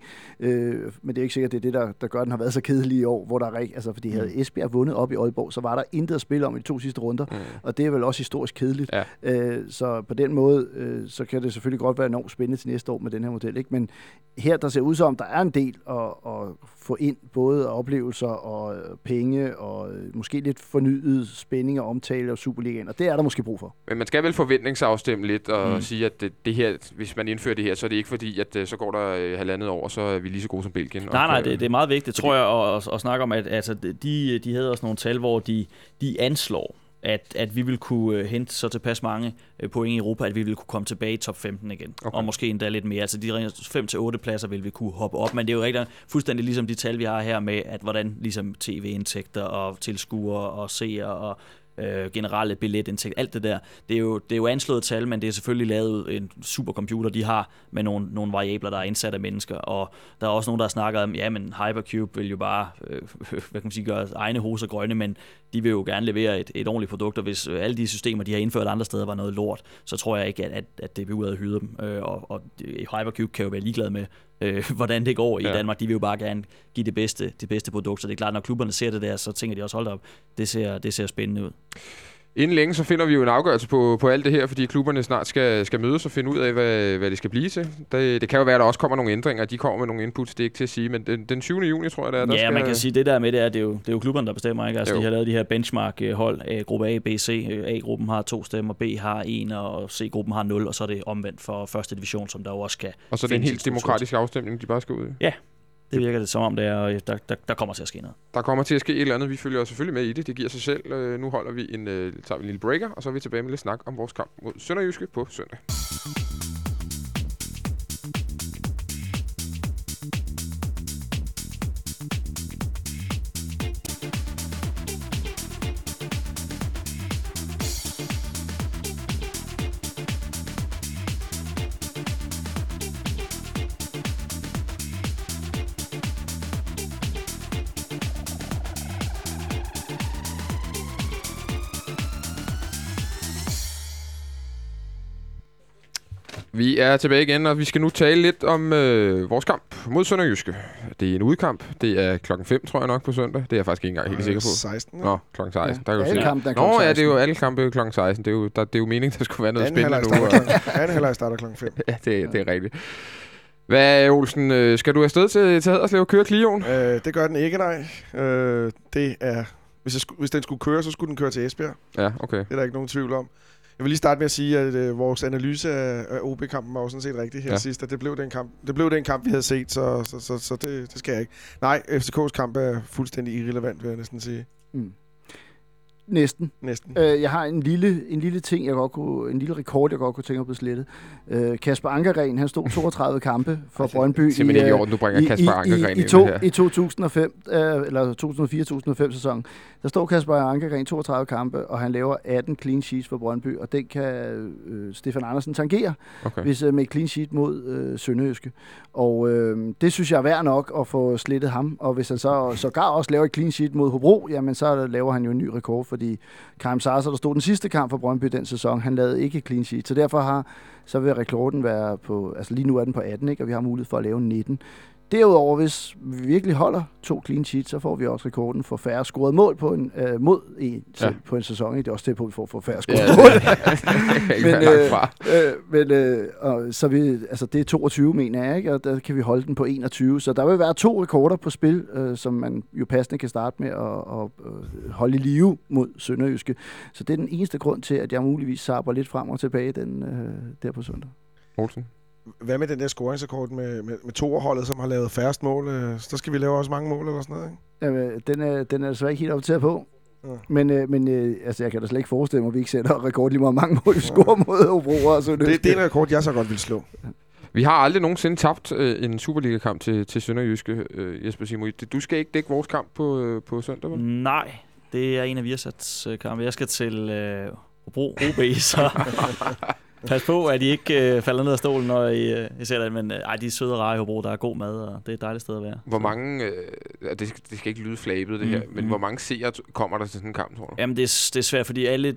Men det er ikke sikkert, det er det, der gør, den har været så kedelig i år, hvor der er ikke, altså fordi havde Esbjerg vundet op i Aalborg, så var der intet at spille om i de 2 sidste runder, og det er vel også historisk kedeligt. Ja. Så på den måde, så kan det selvfølgelig godt være enormt spændende til næste år med den her model, ikke? Men her, der ser ud som, der er en del at få ind, både oplevelser og penge, og måske lidt fornyet spænding og omtale af Superligaen, og det er der måske brug for. Men man skal vel forventningsafstemme lidt og sige, at det her, hvis man indfører det her, så er det ikke fordi, at så går der halvandet år, så er vi lige så gode som Belgien. Nej, det er meget vigtigt, tror jeg, at snakke om, at altså, de havde også nogle tal, hvor de anslår, at vi vil kunne hente så tilpas mange point i Europa, at vi vil kunne komme tilbage i top 15 igen. Okay. Og måske endda lidt mere. Altså de 5-8 pladser vil vi kunne hoppe op, men det er jo rigtig fuldstændig ligesom de tal, vi har her med, at hvordan ligesom tv-indtægter og tilskuere og seere og generelle billetindtægter, alt det der. Det er jo anslået tal, men det er selvfølgelig lavet en supercomputer, de har med nogle variabler, der er indsat af mennesker, og der er også nogen, der har snakket om, ja, men Hypercube vil jo bare hvad kan man sige, gøre egne hoser grønne, men de vil jo gerne levere et ordentligt produkt, og hvis alle de systemer, de har indført andre steder, var noget lort, så tror jeg ikke, at DBU havde hyret dem, og Hypercube kan jo være ligeglad med, hvordan det går i Danmark. De vil jo bare gerne give det bedste produkt, så det er klart, når klubberne ser det der, så tænker de også, hold op, det ser spændende ud. Inden længe, så finder vi jo en afgørelse på alt det her, fordi klubberne snart skal mødes og finde ud af, hvad det skal blive til. Det kan jo være, at der også kommer nogle ændringer, de kommer med nogle inputs, det er ikke til at sige, men den 20. juni, tror jeg, der ja, skal... man kan sige, det der med det er jo klubberne, der bestemmer, ikke? Altså, de har lavet de her benchmark-hold af gruppe A, B, C. A-gruppen har 2 stemmer, B har 1, og C-gruppen har 0, og så er det omvendt for første division, som der også skal... Og så er det en helt demokratisk afstemning, de bare skal ud i? Ja. Det virker det som om, det er, der kommer til at ske noget. Der kommer til at ske et eller andet. Vi følger selvfølgelig med i det. Det giver sig selv. Nu holder vi tager vi en lille breaker, og så er vi tilbage med lidt snak om vores kamp mod Sønderjyske på søndag. Vi er tilbage igen, og vi skal nu tale lidt om vores kamp mod Sønderjyske. Det er en udkamp. Det er 5:00, tror jeg nok, på søndag. Det er jeg faktisk ikke engang helt sikker på. 16. Nå, 16. Ja, der kan alle kampe er kl. 16. Nå, ja, det er jo alle kampe kl. 16. Det er jo meningen, der skulle være noget spændende nu. Anden halvleg starter kl. 5. Ja, det er rigtigt. Hvad, Olsen, skal du afsted til Haderslev og køre Clioen? Det gør den ikke, nej. Det er... Hvis den skulle køre, så skulle den køre til Esbjerg. Ja, okay. Det er der ikke nogen tvivl om. Jeg vil lige starte med at sige, at vores analyse af OB-kampen var jo sådan set rigtig her sidst, at det blev den kamp, vi havde set, så det skal jeg ikke. Nej, FCK's kamp er fuldstændig irrelevant, vil jeg næsten sige. Mm. Næsten. Jeg har en lille ting, en lille rekord, jeg godt kunne tænke mig på slettet. Kasper Ankergren, han stod 32 kampe for Brøndby simpelthen i orden, du bringer Kasper Ankergren ind her. I 2005 eller 2004-2005 sæson. Der stod Kasper Ankergren 32 kampe, og han laver 18 clean sheets for Brøndby, og den kan Stefan Andersen tangere, hvis med clean sheet mod Sønderjyske. Og det synes jeg er værd nok at få slettet ham, og hvis han sågar også laver et clean sheet mod Hobro, jamen så laver han jo en ny rekord, fordi Karim Sarser, der stod den sidste kamp for Brøndby den sæson, han lavede ikke clean sheet, så derfor så vil rekorden være på, altså lige nu er den på 18, ikke? Og vi har mulighed for at lave 19. Derudover, hvis vi virkelig holder 2 clean sheets, så får vi også rekorden for færre scoret mål på mod en selv på en sæson. Det er også det på, vi får færre scoret mål. Så det er 22, mener jeg, ikke? Og der kan vi holde den på 21. Så der vil være 2 rekorder på spil, som man jo passende kan starte med at holde i live mod Sønderjyske. Så det er den eneste grund til, at jeg muligvis sapper lidt frem og tilbage der på søndag. Olsen? hvad med den der scoringsrekord med toerholdet, som har lavet færrest mål? Så skal vi lave også mange mål eller sådan noget, ikke? Jamen, den er desværre ikke helt opdateret på. Ja. Men altså, jeg kan da slet ikke forestille mig, at vi ikke sætter rekord lige meget mange mål i score mod Hobro. Det er en rekord, jeg så godt vil slå. Vi har aldrig nogensinde tabt en Superliga-kamp til Sønderjyske, Jesper Simon. Du skal ikke dække vores kamp på søndag, vel? Nej, det er en af Viasats kampe. Jeg skal til Hobro OB, så pas på, at I ikke falder ned af stolen, når I ser det. Men de er søde og rare i Hobro, der er god mad, og det er et dejligt sted at være. Hvor mange, det skal ikke lyde flabet det her, men hvor mange seere kommer der til sådan en kamp, tror du? Jamen, det er svært, fordi alle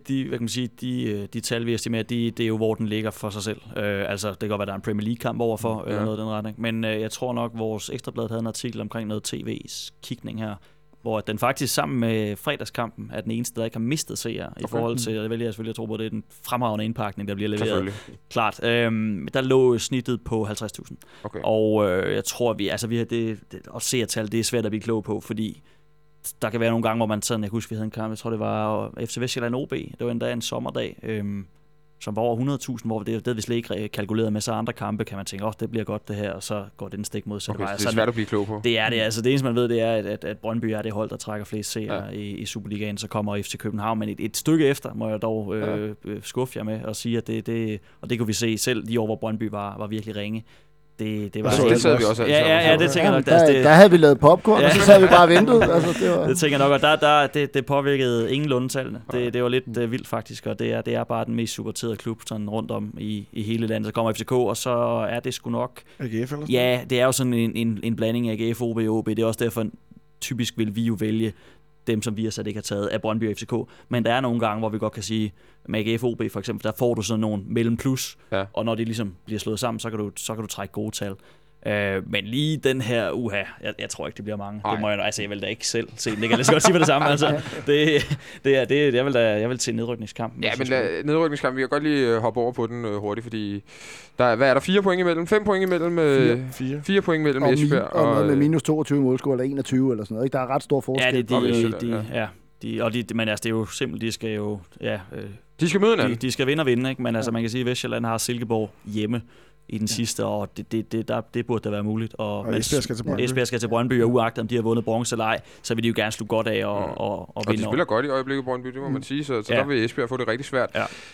de tal, vi estimerer, det er jo, hvor den ligger for sig selv. Altså, det kan godt være, der er en Premier League-kamp overfor, eller noget i den retning. Men jeg tror nok, vores Ekstrablad havde en artikel omkring noget TV's kigning her, hvor den faktisk sammen med fredagskampen er den eneste, der ikke har mistet seere i forhold til, og det vælger jeg selvfølgelig at tro på, det er den fremragende indpakning, der bliver leveret. Klart. Der lå snittet på 50.000. Okay. Og jeg tror, vi har det og seertal, det er svært at blive klog på, fordi der kan være nogle gange, hvor man sådan, jeg husker, vi havde en kamp, jeg tror, det var FC Vestjylland OB, det var endda en sommerdag, som var over 100.000, hvor det havde vi slet ikke kalkuleret med. Så andre kampe kan man tænke, det bliver godt det her, og så går den stik modsatte vej. Det er svært at blive klog på. Det er det. Altså, det eneste, man ved, det er, at Brøndby er det hold, der trækker flest seere i Superligaen. Så kommer FC København, men et stykke efter må jeg dog skuffe jer med og sige, at og det kunne vi se selv de år, hvor Brøndby var virkelig ringe. Det var det sad vi også altid. Ja, det tænker jeg nok. Der havde vi lavet popcorn, og så havde vi bare ventet. Altså, det tænker jeg nok, og det påvirkede ingen lundetallene. Det var lidt vildt faktisk, og det er bare den mest supporterede klub sådan rundt om i hele landet. Så kommer FCK, og så er det sgu nok... AGF eller sådan? Ja, det er jo sådan en blanding af AGF, OB og OB. Det er også derfor, typisk vil vi jo vælge dem, som vi har sat ikke har taget af Brøndby og FCK. Men der er nogle gange, hvor vi godt kan sige, med AGF OB for eksempel, der får du sådan nogle mellem plus, og når de ligesom bliver slået sammen, så kan du trække gode tal. Men lige den her jeg tror ikke, det bliver mange. Det må jeg vil da ikke selv se den. Det kan jeg lige så godt sige for det samme. Altså, jeg vil til nedrykningskampen. Ja, men nedrykningskampen, vi kan godt lige hoppe over på den hurtigt, fordi hvad er der 4 point imellem? 5 point imellem? 4 point imellem Esbjerg. Og noget med minus 22 målscore, eller 21 eller sådan noget. Der er ret stor forskel. Men altså, det er jo simpelt, de skal jo... de skal møde hinanden. De skal vinde, ikke? Men altså, man kan sige, at Vestjylland har Silkeborg hjemme i den sidste, og det burde da være muligt. Og Esbjerg skal til Brøndby, og uagtet om de har vundet bronze eller ej, så vil de jo gerne slutte godt af og vinde. Og de spiller godt i øjeblikket Brøndby, det må man sige, så der vil Esbjerg få det rigtig svært.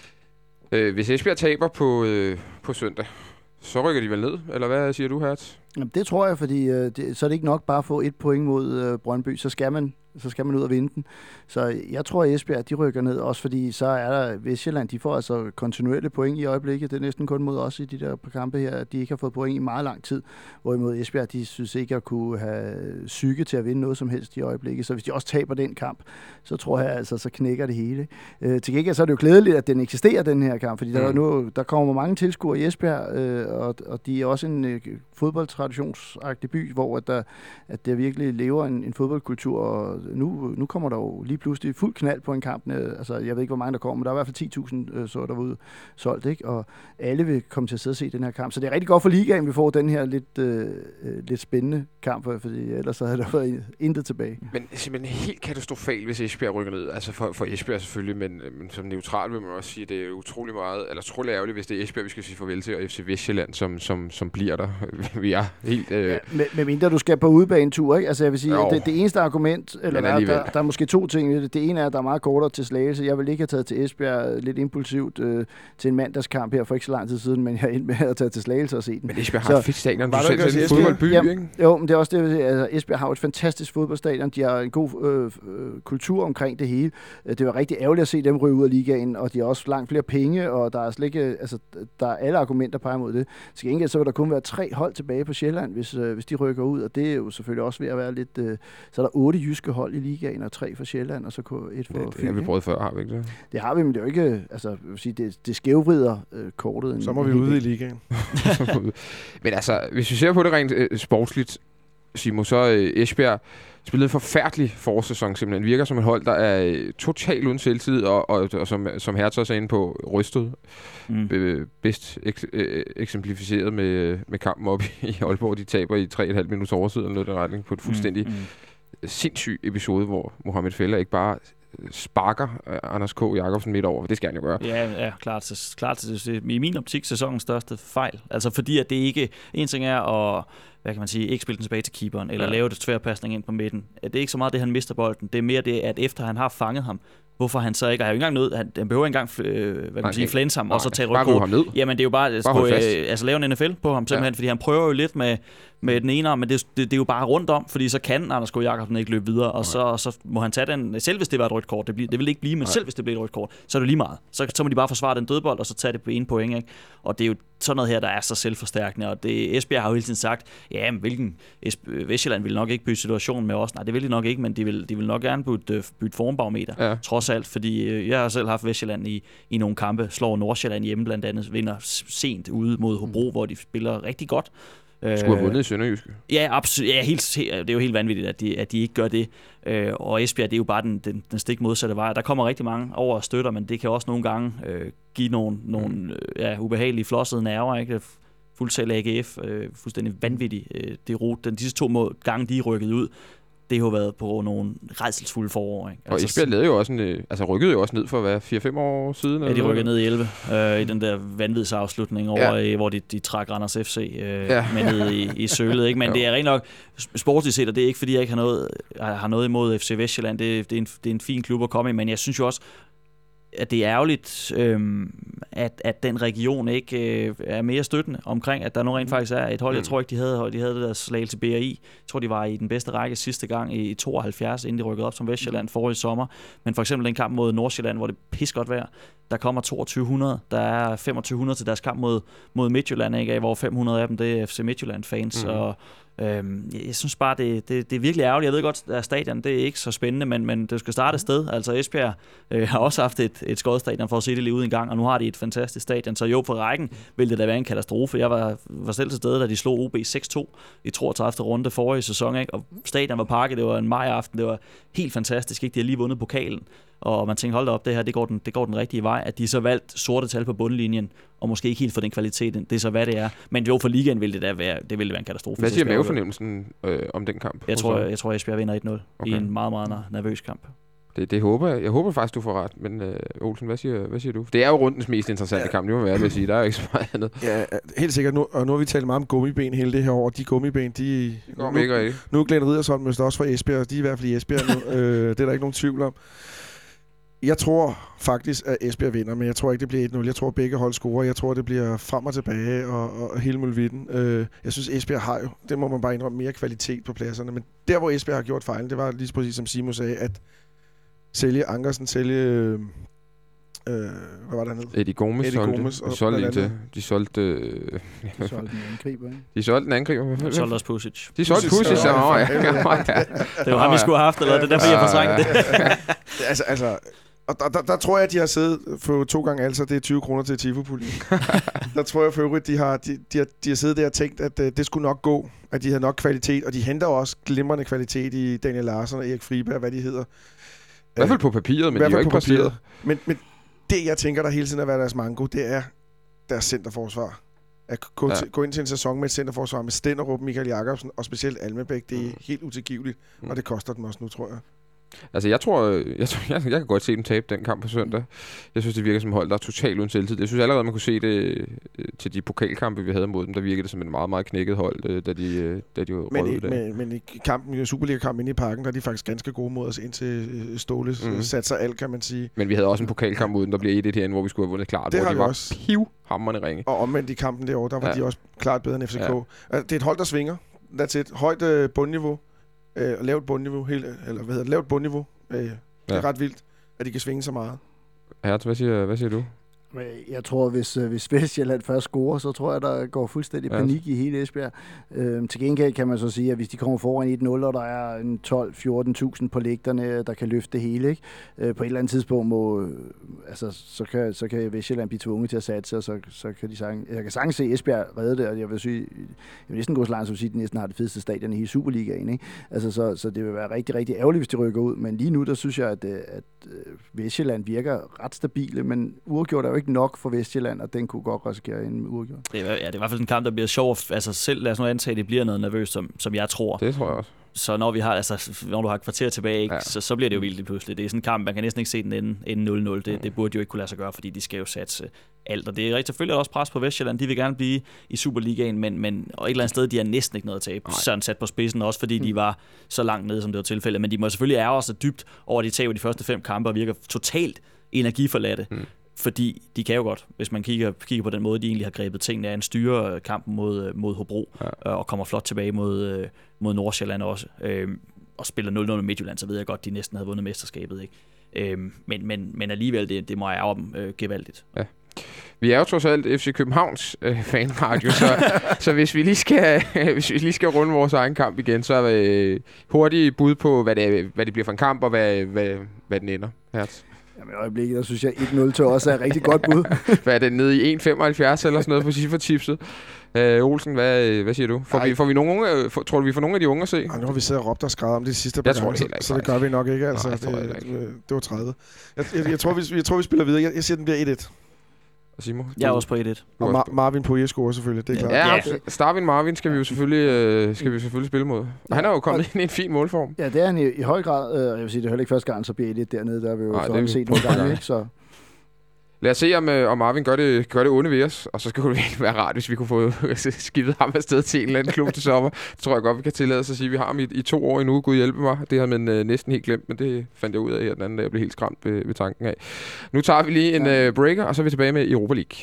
Ja. Hvis Esbjerg taber på søndag, så rykker de vel ned, eller hvad siger du, Hertz? Jamen, det tror jeg, fordi så er det ikke nok bare at få 1 point mod Brøndby, så skal man ud og vinde den. Så jeg tror, at Esbjerg, de rykker ned, også fordi så er der Vestjylland, de får altså kontinuerlige point i øjeblikket. Det er næsten kun mod os i de der kampe her, at de ikke har fået point i meget lang tid. Hvorimod Esbjerg, de synes ikke at kunne have psyke til at vinde noget som helst i øjeblikket. Så hvis de også taber den kamp, så tror jeg altså, så knækker det hele. Til gengæld så er det jo glædeligt, at den eksisterer, den her kamp, fordi der kommer mange tilskuere i Esbjerg, og de er også en fodboldtraditionsagtig by, hvor at der virkelig lever en fodboldkultur, og nu kommer der jo lige pludselig fuld knald på en kamp. Altså, jeg ved ikke, hvor mange der kommer, men der er i hvert fald 10.000 så derude solgt, ikke? Og alle vil komme til at sidde og se den her kamp. Så det er rigtig godt for ligaen, vi får den her lidt spændende kamp, fordi ellers så havde der været intet tilbage. Men simpelthen helt katastrofalt, hvis Esbjerg rykker ned. Altså for Esbjerg selvfølgelig, men som neutral vil man også sige, at det er utrolig meget, eller utrolig ærgerligt, hvis det er Esbjerg, vi skal sige farvel til, og FC Vestjylland, som bliver der. Vi er helt... Med mindre du skal på udebanetur, ikke? Altså jeg vil sige, det eneste argument, eller der er måske 2 ting. Det ene er, at der er meget kortere til Slagelse. Jeg vil ikke have taget til Esbjerg lidt impulsivt til en mandagskamp her for ikke så lang tid siden, men jeg endte med at tage til Slagelse og se den. Men Esbjerg har et fedt stadion. Du selv er en fodboldby, ikke? Jo, men det er også det, altså, Esbjerg har et fantastisk fodboldstadion. De har en god kultur omkring det hele. Det var rigtig ærgerligt at se dem ryge ud af ligaen, og de har også langt flere penge, og der er slet ikke, altså, der er alle argumenter på imod det. Til gengæld så vil der kun være 3 hold tilbage på Sjælland, hvis de rykker ud, og det er jo selvfølgelig også ved at være lidt... så er der 8 jyske hold i ligaen, og 3 for Sjælland, og så 1 for Fyn. Det har vi prøvet før, har vi ikke det? Det har vi, men det er jo ikke... Altså, jeg vil sige, det skævvrider kortet. Så må vi ude i ligaen. Men altså, hvis vi ser på det rent sportsligt, Simo, så Esbjerg spillede en forfærdelig forårssæson simpelthen. Virker som et hold, der er totalt uden selvtid, og som Hertz også er inde på, rystet. Bedst eksemplificeret med kampen op i Aalborg. De taber i 3,5 minutter overtid, eller noget der retning på et fuldstændig sindssyg episode, hvor Mohamed Feller ikke bare sparker Anders K. Jacobsen midt over, for det skal han jo gøre. Ja, klart til i min optik sæsonens største fejl. Altså fordi at det ikke, en ting er at, hvad kan man sige, ikke spille den tilbage til keeperen, eller lave det tværpasning ind på midten. Det er ikke så meget det, han mister bolden. Det er mere det, at efter han har fanget ham, hvorfor han så ikke, har jo ikke engang nødt, han behøver ikke engang, hvad kan man sige, flænse ham, og så tage rødt kort. Jamen det er jo bare altså lave en NFL på ham simpelthen, fordi han prøver jo lidt med den ene arm, men det er jo bare rundt om, fordi så kan Anders K. Jacobsen ikke løbe videre, og så må han tage den, selv hvis det var et rødt kort, det vil det ikke blive, men selv hvis det bliver et rødt kort, så er det lige meget. Så må de bare forsvare den dødbold, og så tage det på 1 point, ikke? Og det er jo sådan noget her, der er så selvforstærkende, og Esbjerg har jo hele tiden sagt, ja, men Vestsjælland vil nok ikke bytte situationen med os. Nej, det vil de nok ikke, men de vil nok gerne bytte formbarometer, trods alt, fordi jeg har selv haft Vestsjælland i nogle kampe, slår Nordsjælland hjemme blandt andet, vinder sent ude mod Hobro, hvor de spiller rigtig godt. Skulle have vundet i Sønderjyske. Ja, absolut. Ja, det er jo helt vanvittigt, at de ikke gør det. Og Esbjerg, det er jo bare den stik modsatte vej. Der kommer rigtig mange over og støtter, men det kan også nogle gange give nogle ubehagelige flossede nerver, ikke? Fuldtal AGF, fuldstændig vanvittigt. Disse 2 gange, de er rykket ud, det har jo været på nogle rædselsfulde forår. Ikke? Og Esbjerg lavede jo også rykkede jo også ned for, hvad, 4-5 år siden? Ja, de rykkede ned i 11 i den der vanvidsafslutning over, hvor de trak Randers FC med ned i sølet. Ikke? Men det er rent nok sportsligt set, og det er ikke, fordi jeg ikke har noget imod FC Vestsjælland. Det er en fin klub at komme i, men jeg synes jo også, at det er ærgerligt, at den region ikke er mere støttende omkring, at der nu rent faktisk er et hold. Jeg tror ikke, de havde det der Slagelse BRI. Jeg tror, de var i den bedste række sidste gang i 72, inden de rykkede op som Vestsjælland forrige sommer. Men for eksempel den kamp mod Nordsjælland, hvor det pis godt vejr, der kommer 2200, der er 2500 til deres kamp mod Midtjylland, ikke? Hvor 500 af dem, det er FC Midtjylland-fans, og jeg synes bare, det er virkelig ærgerligt. Jeg ved godt, at stadion, det er ikke så spændende, men det skal starte et sted. Altså Esbjerg har også haft et skodstadion for at se det lige ud en gang, og nu har de et fantastisk stadion. Så jo, for rækken ville det da være en katastrofe. Jeg var selv til stede, da de slog OB 6-2 i 32. runde forrige sæson, ikke? Og stadion var pakket, det var en majaften, det var helt fantastisk, ikke? De har lige vundet pokalen. Og man tænkte, hold da op, det her, det går den rigtige vej. At de så valgt sorte tal på bundlinjen, og måske ikke helt for den kvalitet, det er så hvad det er. Men jo, for ligaen ville det da være, det ville være en katastrofe. Hvad siger mavefornemmelsen om den kamp? Jeg tror Esbjerg vinder 1-0 i en meget, meget nervøs kamp. Det håber jeg. Jeg håber faktisk, du får ret. Men Olsen, hvad siger du? Det er jo rundens mest interessante kamp, det må være, vil sige. Der er jo ikke så meget andet. Ja, helt sikkert. Nu har vi talt meget om gummiben hele det her år. De gummiben, nu er Glenn Riddersholm også fra Esbjerg. De er i hvert fald i Esbjerg nu. Det er der ikke nogen tvivl om. Jeg tror faktisk, at Esbjerg vinder, men jeg tror ikke, det bliver 1-0. Jeg tror, begge hold scorer. Jeg tror, det bliver frem og tilbage og hele muligheden. Jeg synes, Esbjerg har jo, det må man bare indrømme, mere kvalitet på pladserne. Men der, hvor Esbjerg har gjort fejlen, det var lige præcis som Simon sagde, at sælge Ankersen, hvad var der nede? Eddie Gomes solgte en til. De solgte en angriber, ikke? De solgte også Pusic. De solgte Pusic, ja. Det var ham, vi skulle have haft, eller det er derfor, jeg fortrængte det. altså, og der tror jeg, at de har siddet for 2 gange, altså det er 20 kroner til Tifo-puljen. Der tror jeg for øvrigt, de har siddet der og tænkt, at det skulle nok gå, at de havde nok kvalitet, og de henter også glimrende kvalitet i Daniel Larsen og Erik Friberg, hvad de hedder. I hvert fald på papiret, men de har ikke præsteret. Men det, jeg tænker, der hele tiden er været deres manko, det er deres centerforsvar. At gå ind til en sæson med et centerforsvar med Stenderup, Michael Jacobsen og specielt Almebæk, det er helt utilgiveligt, og det koster dem også nu, tror jeg. Altså, jeg kan godt se dem tabe den kamp på søndag. Jeg synes, det virker som hold, der er totalt uden selvtid. Jeg synes allerede, man kunne se det til de pokalkampe, vi havde mod dem. Der virkede det som en meget, meget knækket hold, da de rød ud af. Men i kampen, i Superliga-kampen inde i parken, der er de faktisk ganske gode mod os, indtil Ståle satte sig alt, kan man sige. Men vi havde også en pokalkamp uden, der bliver 1-1 herinde, hvor vi skulle have vundet klart. Det hvor de var også pivhamrende ringe. Og omvendt i kampen derovre, der var de også klart bedre end FCK. Ja. Altså, det er et hold, der svinger. That's it. Højt bundniveau. Lavt bundniveau, lavt bundniveau. Det er ret vildt, at de kan svinge så meget. Hertz, hvad siger du? Jeg tror, hvis Vestsjælland først scorer, så tror jeg, der går fuldstændig panik i hele Esbjerg. Til gengæld kan man så sige, at hvis de kommer foran 1-0, og der er en 12-14.000 på lægterne, der kan løfte det hele, ikke? På et eller andet tidspunkt så kan Vestsjælland blive tvunget til at satse, og så kan de jeg kan sagtens se Esbjerg redde det, og jeg vil næsten gå så langt, som at sige, at de næsten har det fedeste stadion i hele Superligaen, ikke? Altså, så det vil være rigtig, rigtig ærgerligt, hvis de rykker ud, men lige nu, der synes jeg, at Vestsjælland virker ret stabile, men uafgjort er jo ikke nok for Vestsjælland, og den kunne godt risikere en uafgjort. Det er i hvert fald en kamp, der bliver sjov. Altså selv, lad os nu antage, at det bliver noget nervøst, som jeg tror. Det tror jeg også. Så når når du har et kvarter tilbage, ikke, så bliver det jo vildt pludselig. Det er sådan en kamp, man kan næsten ikke se den ende 0-0. Det burde jo ikke kunne lade sig gøre, fordi de skal jo satse alt. Og det er selvfølgelig også pres på Vestsjælland. De vil gerne blive i Superligaen, men og et eller andet sted, de har næsten ikke noget at tabe. Sådan sat på spidsen, også fordi de var så langt nede, som det var tilfældet. Men de må selvfølgelig ærge sig dybt over, at de taber de første 5 kampe og virker totalt energiforladte. Fordi de kan jo godt, hvis man kigger på den måde, de egentlig har grebet tingene af en styre kampen mod Hobro, og kommer flot tilbage mod Nordsjælland også, og spiller 0-0 med Midtjylland, så ved jeg godt, de næsten havde vundet mesterskabet. Ikke? Men alligevel, det må ærge dem gevaldigt. Ja. Vi er jo trods alt FC Københavns fanradio, så hvis vi lige skal runde vores egen kamp igen, så er hurtigt bud på, hvad det bliver for en kamp, og hvad den ender. Hertz. Jamen i øjeblikket, der synes jeg 1-0 til os er et rigtig godt bud. Hvad er det, nede i 1,75 eller sådan noget på ciffertipset? Olsen, hvad siger du? Får vi nogle unge, tror du, vi får nogle af de unge at se? Nu har vi siddet og råbt og skrevet om det sidste par gange, så det gør vi nok ikke. Altså. Det var 30. Jeg tror, vi spiller videre. Jeg siger, den bliver 1-1. Og Simon? Jeg er også på 1-1. Og Marvin Poirier scorer selvfølgelig, det er klart. Ja, Starvin Marvin skal vi jo selvfølgelig spille mod. Og han er jo kommet ind i en fin målform. Ja, det er han i høj grad. Jeg vil sige, det er heller ikke første gang, så bliver 1-1 dernede. Der har vi jo set nogle gange, ikke? Så... Lad os se, om Marvin gør det onde ved os, og så skulle det egentlig være rart, hvis vi kunne få skibet ham afsted til en eller anden klub til sommer. Det tror jeg godt, vi kan tillade os at sige. Vi har ham i 2 år endnu. Gud hjælpe mig. Det har man næsten helt glemt, men det fandt jeg ud af her den anden dag. Jeg blev helt skræmt ved tanken af. Nu tager vi lige en breaker, og så er vi tilbage med Europa League.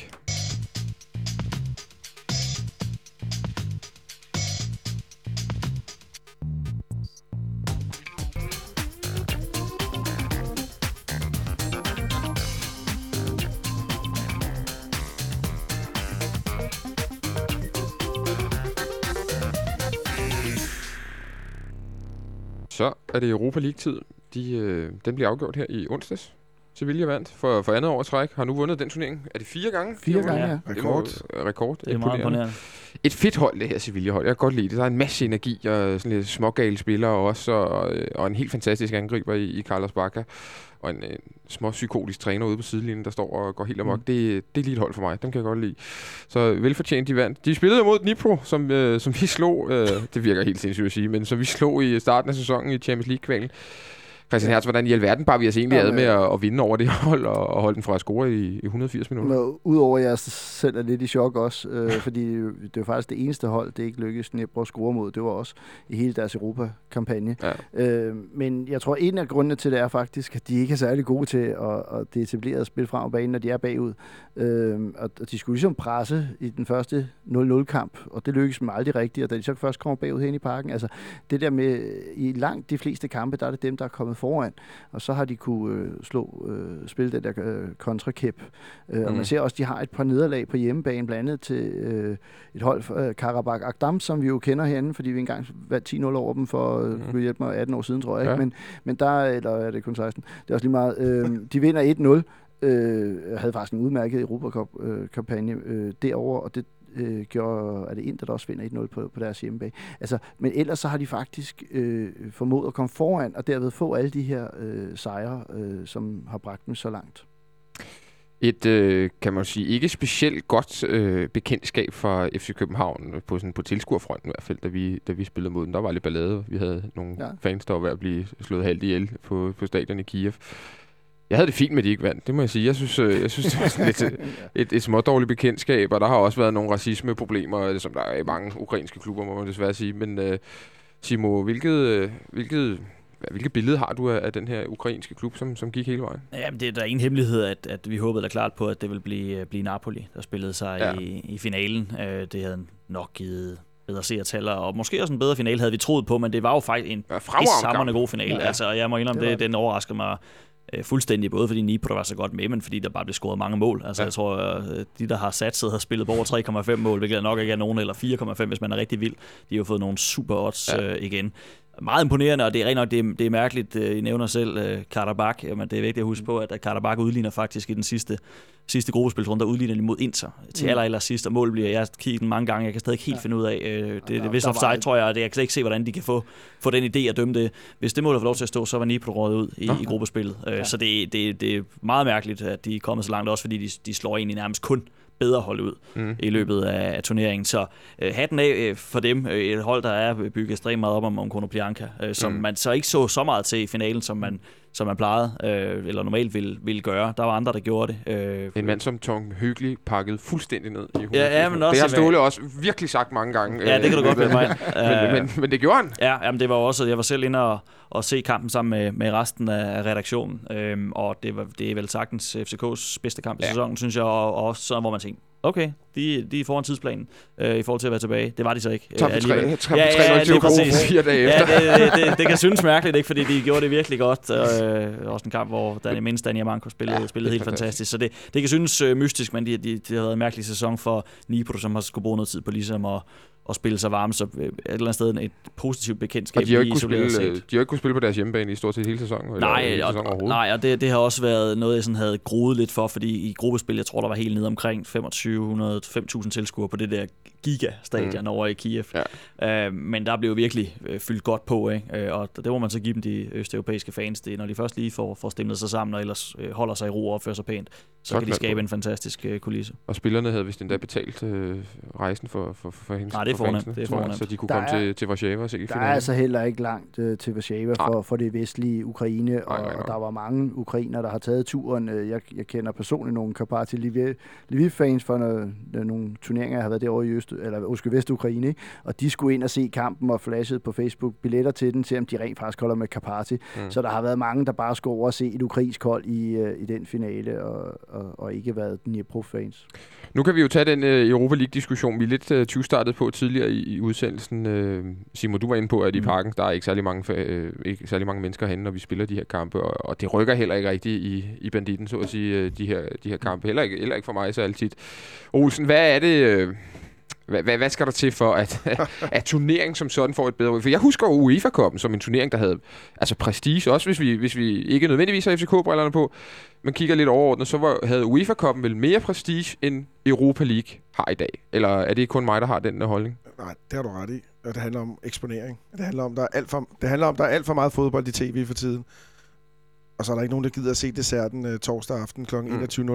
Så er det Europa League-tid. Den bliver afgjort her i onsdags. Sevilla vandt for andet år træk. Har nu vundet den turnering. Er det 4 gange? 4 gange, ja. Rekord. Det er meget imponerende. Et fedt hold, det her Sevilla-hold. Jeg kan godt lide det. Der er en masse energi og sådan lidt smågale spillere også. Og en helt fantastisk angriber i Carlos Bacca. Og en småpsykotisk træner ude på sidelinjen, der står og går helt amok. Det er lige et hold for mig. Dem kan jeg godt lide. Så velfortjent, de vandt. De spillede mod Dnipro, som vi slog. Det virker helt sindssygt at sige, men som vi slog i starten af sæsonen i Champions League-kvalen. Christian Hertz, hvordan i alverden bare vi os egentlig ad med at vinde over det hold og holde den fra at score i 180 minutter? Udover at jeg selv er lidt i chok også, fordi det var faktisk det eneste hold, det ikke lykkedes Dnipro at score mod. Det var også i hele deres Europa-kampagne. Ja. Men jeg tror, en af grundene til det er faktisk, at de ikke er særlig gode til at det etablerede spil frem og banen, når de er bagud. Og de skulle ligesom presse i den første 0-0-kamp, og det lykkedes dem aldrig rigtigt, og da de så først kommer bagud hen i parken, altså det der med, i langt de fleste kampe, der er det dem, der er kommet foran, og så har de kunne spille den der kontrakæp. Og man ser også, at de har et par nederlag på hjemmebane, blandt andet til et hold, Karabakh Akdam, som vi jo kender herinde, fordi vi engang vandt 10-0 over dem for kunne hjælpe mig 18 år siden, tror jeg. Ikke? Men der, eller er det kun 16, det er også lige meget, de vinder 1-0, havde faktisk en udmærket Europacup-kampagne derovre, og det er det Inter, der også vinder 1-0 på deres hjemmebane. Altså, men ellers så har de faktisk formået at komme foran, og derved få alle de her sejre, som har bragt dem så langt. Kan man sige, ikke specielt godt bekendtskab for FC København på tilskuerfronten i hvert fald, da vi spillede mod den. Der var lidt ballade. Vi havde nogle fans, der var ved at blive slået halvt ihjel på stadion i Kiev. Jeg havde det fint med, at de ikke vandt, det må jeg sige. Jeg synes det var sådan lidt et smådårligt bekendtskab, og der har også været nogle racismeproblemer, som der er i mange ukrainske klubber, må man desværre sige. Men Simo, hvilket billede har du af den her ukrainske klub, som gik hele vejen? Jamen, det er der ingen hemmelighed, at vi håbede da klart på, at det ville blive Napoli, der spillede sig i finalen. Det havde nok givet bedre seertal, og måske også en bedre finale, havde vi troet på, men det var jo faktisk en hamrende god finale. Ja. Altså, jeg må indrømme, den overraskede mig fuldstændig, både fordi Dnipro var så godt med, men fordi der bare blev scoret mange mål. Altså, jeg tror, de, der har satset, har spillet på over 3,5 mål, hvilket nok ikke er nogen, eller 4,5, hvis man er rigtig vild. De har jo fået nogle super odds igen. Meget imponerende, og det er rent nok, det er mærkeligt. I nævner selv Karabakh. Jamen, det er vigtigt at huske på, at Karabakh udligner faktisk i den sidste gruppespilsrunde, der udligner de mod Inter til aller sidst, og mål bliver, jeg har kigget den mange gange, jeg kan stadig ikke helt finde ud af, det er vist offside, tror jeg, og jeg kan slet ikke se, hvordan de kan få den idé at dømme det. Hvis det mål har fået lov til at stå, så var Dnipro røget ud i gruppespillet. Så det er meget mærkeligt, at de er kommet så langt, også fordi de slår egentlig nærmest kun bedre hold ud i løbet af turneringen. Så hatten af for dem, et hold, der er bygget ekstremt meget op om Konoplyanka, som man så ikke så meget til i finalen, som man plejede, eller normalt ville gøre. Der var andre, der gjorde det. En mand som Tom Høgli pakkede fuldstændig ned i hovedet. Ja, men også det har Ståle også virkelig sagt mange gange. Ja, det kan du godt bilde mig ind. Men det gjorde han. Ja, men det var også, jeg var selv inde og se kampen sammen med resten af redaktionen, og det er vel sagtens FCK's bedste kamp i sæsonen, synes jeg, og også sådan, hvor man tænkte, okay, de er foran tidsplanen i forhold til at være tilbage. Det var de så ikke. Top 3-0 til 4 dage efter. Ja, det kan synes mærkeligt, ikke, fordi de gjorde det virkelig godt. Også en kamp, hvor Dani Amanko spillede helt fantastisk. Så det kan synes mystisk, men det har været en mærkelig sæson for Nipro, som har skulle bruge noget tid på ligesom at spille sig varme, så et eller andet sted et positivt bekendtskab. Og de har ikke kunnet spille på deres hjemmebane i stort set hele sæsonen? Nej, og det har også været noget, jeg sådan havde groet lidt for, fordi i gruppespil, jeg tror, der var helt nede omkring 2.500 tilskuere på det der gigastadion over i Kiev. Ja. Men der blev virkelig fyldt godt på, ikke? Og det må man så give dem, de østeuropæiske fans. Det, når de først lige får stemlet sig sammen, og ellers holder sig i ro og opfører sig pænt, så kan de skabe en fantastisk kulisse. Og spillerne havde vist endda betalt rejsen for hendes. Nej, det er fornemt. Så de kunne komme til Warszawa og se finalen. Der er altså heller ikke langt til Warszawa for det vestlige Ukraine, og der var mange ukrainer, der har taget turen. Jeg kender personligt nogle Karpati Lviv-fans for nogle turneringer, jeg har været derovre i Vest-Ukraine, ikke? Og de skulle ind og se kampen og flashede på Facebook billetter til den, selvom de rent faktisk holder med Karpati. Så der har været mange, der bare skulle over og se et ukrainsk hold i den finale, og ikke været Dnipro-fans. Nu kan vi jo tage den Europa League-diskussion, vi lidt tyvstartede på tidligere i udsendelsen. Simon, du var inde på, at i parken, der er ikke særlig mange mennesker henne, når vi spiller de her kampe, og det rykker heller ikke rigtigt i banditten, så at sige, de her kampe. Heller ikke for mig så altid. Olsen, hvad er det... Hvad skal der til for, at turneringen som sådan får et bedre... For jeg husker UEFA-cupen som en turnering, der havde prestige, også hvis vi ikke nødvendigvis har FCK-brillerne på, men kigger lidt overordnet, så havde UEFA-cupen vel mere prestige, end Europa League har i dag. Eller er det kun mig, der har den holdning? Nej, det har du ret i. Og det handler om eksponering. Det handler om, der er alt for meget fodbold i tv for tiden. Og så er der ikke nogen, der gider at se desserten torsdag aften kl. 21.05.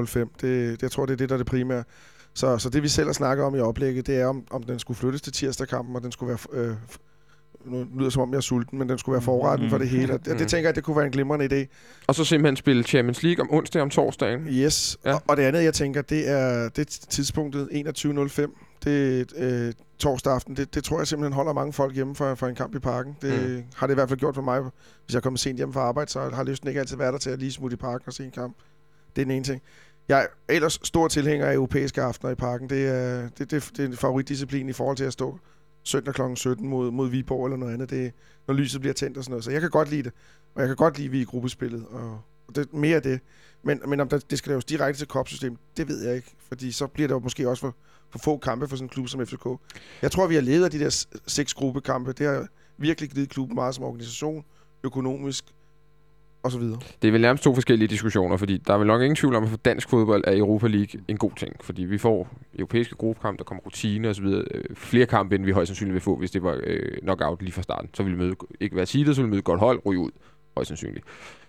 Jeg tror, det er det, der er det primære. Så det, vi selv har snakket om i oplægget, det er, om den skulle flyttes til tirsdagkampen, og den skulle være... nu lyder det, som om jeg er sulten, men den skulle være forretten for det hele. Det tænker jeg, det kunne være en glimrende idé. Og så simpelthen spille Champions League om onsdag om torsdagen. Yes. Ja. Og det andet, jeg tænker, det er tidspunktet 21.05. Det torsdag aften. Det tror jeg simpelthen holder mange folk hjemme for en kamp i parken. Det har det i hvert fald gjort for mig. Hvis jeg kommer sent hjem fra arbejde, så har lysten ikke altid været der til at lige smutte i parken og se en kamp. Det er den ene ting. Jeg er ellers stor tilhænger af europæiske aftener i parken. Det er en favoritdisciplin i forhold til at stå søndag kl. 17 mod Viborg eller noget andet. Det er, når lyset bliver tændt og sådan noget. Så jeg kan godt lide det. Og jeg kan godt lide, at vi er i gruppespillet. Og det mere af det. Men om det skal laves direkte til kopsystemet, det ved jeg ikke. Fordi så bliver der jo måske også for få kampe for sådan en klub som FCK. Jeg tror, vi har levet af de der 6 gruppekampe. Det har virkelig givet klubben meget som organisation, økonomisk og så videre. Det er vel nærmest 2 forskellige diskussioner, fordi der er vel nok ingen tvivl om, at for dansk fodbold er Europa League en god ting, fordi vi får europæiske gruppekampe, der kommer rutine og så videre. Flere kampe, end vi højst sandsynligt vil få, hvis det var knockout lige fra starten. Så ville vi ikke være seedet, så ville vi møde et godt hold, ryge ud, højst sandsynligt.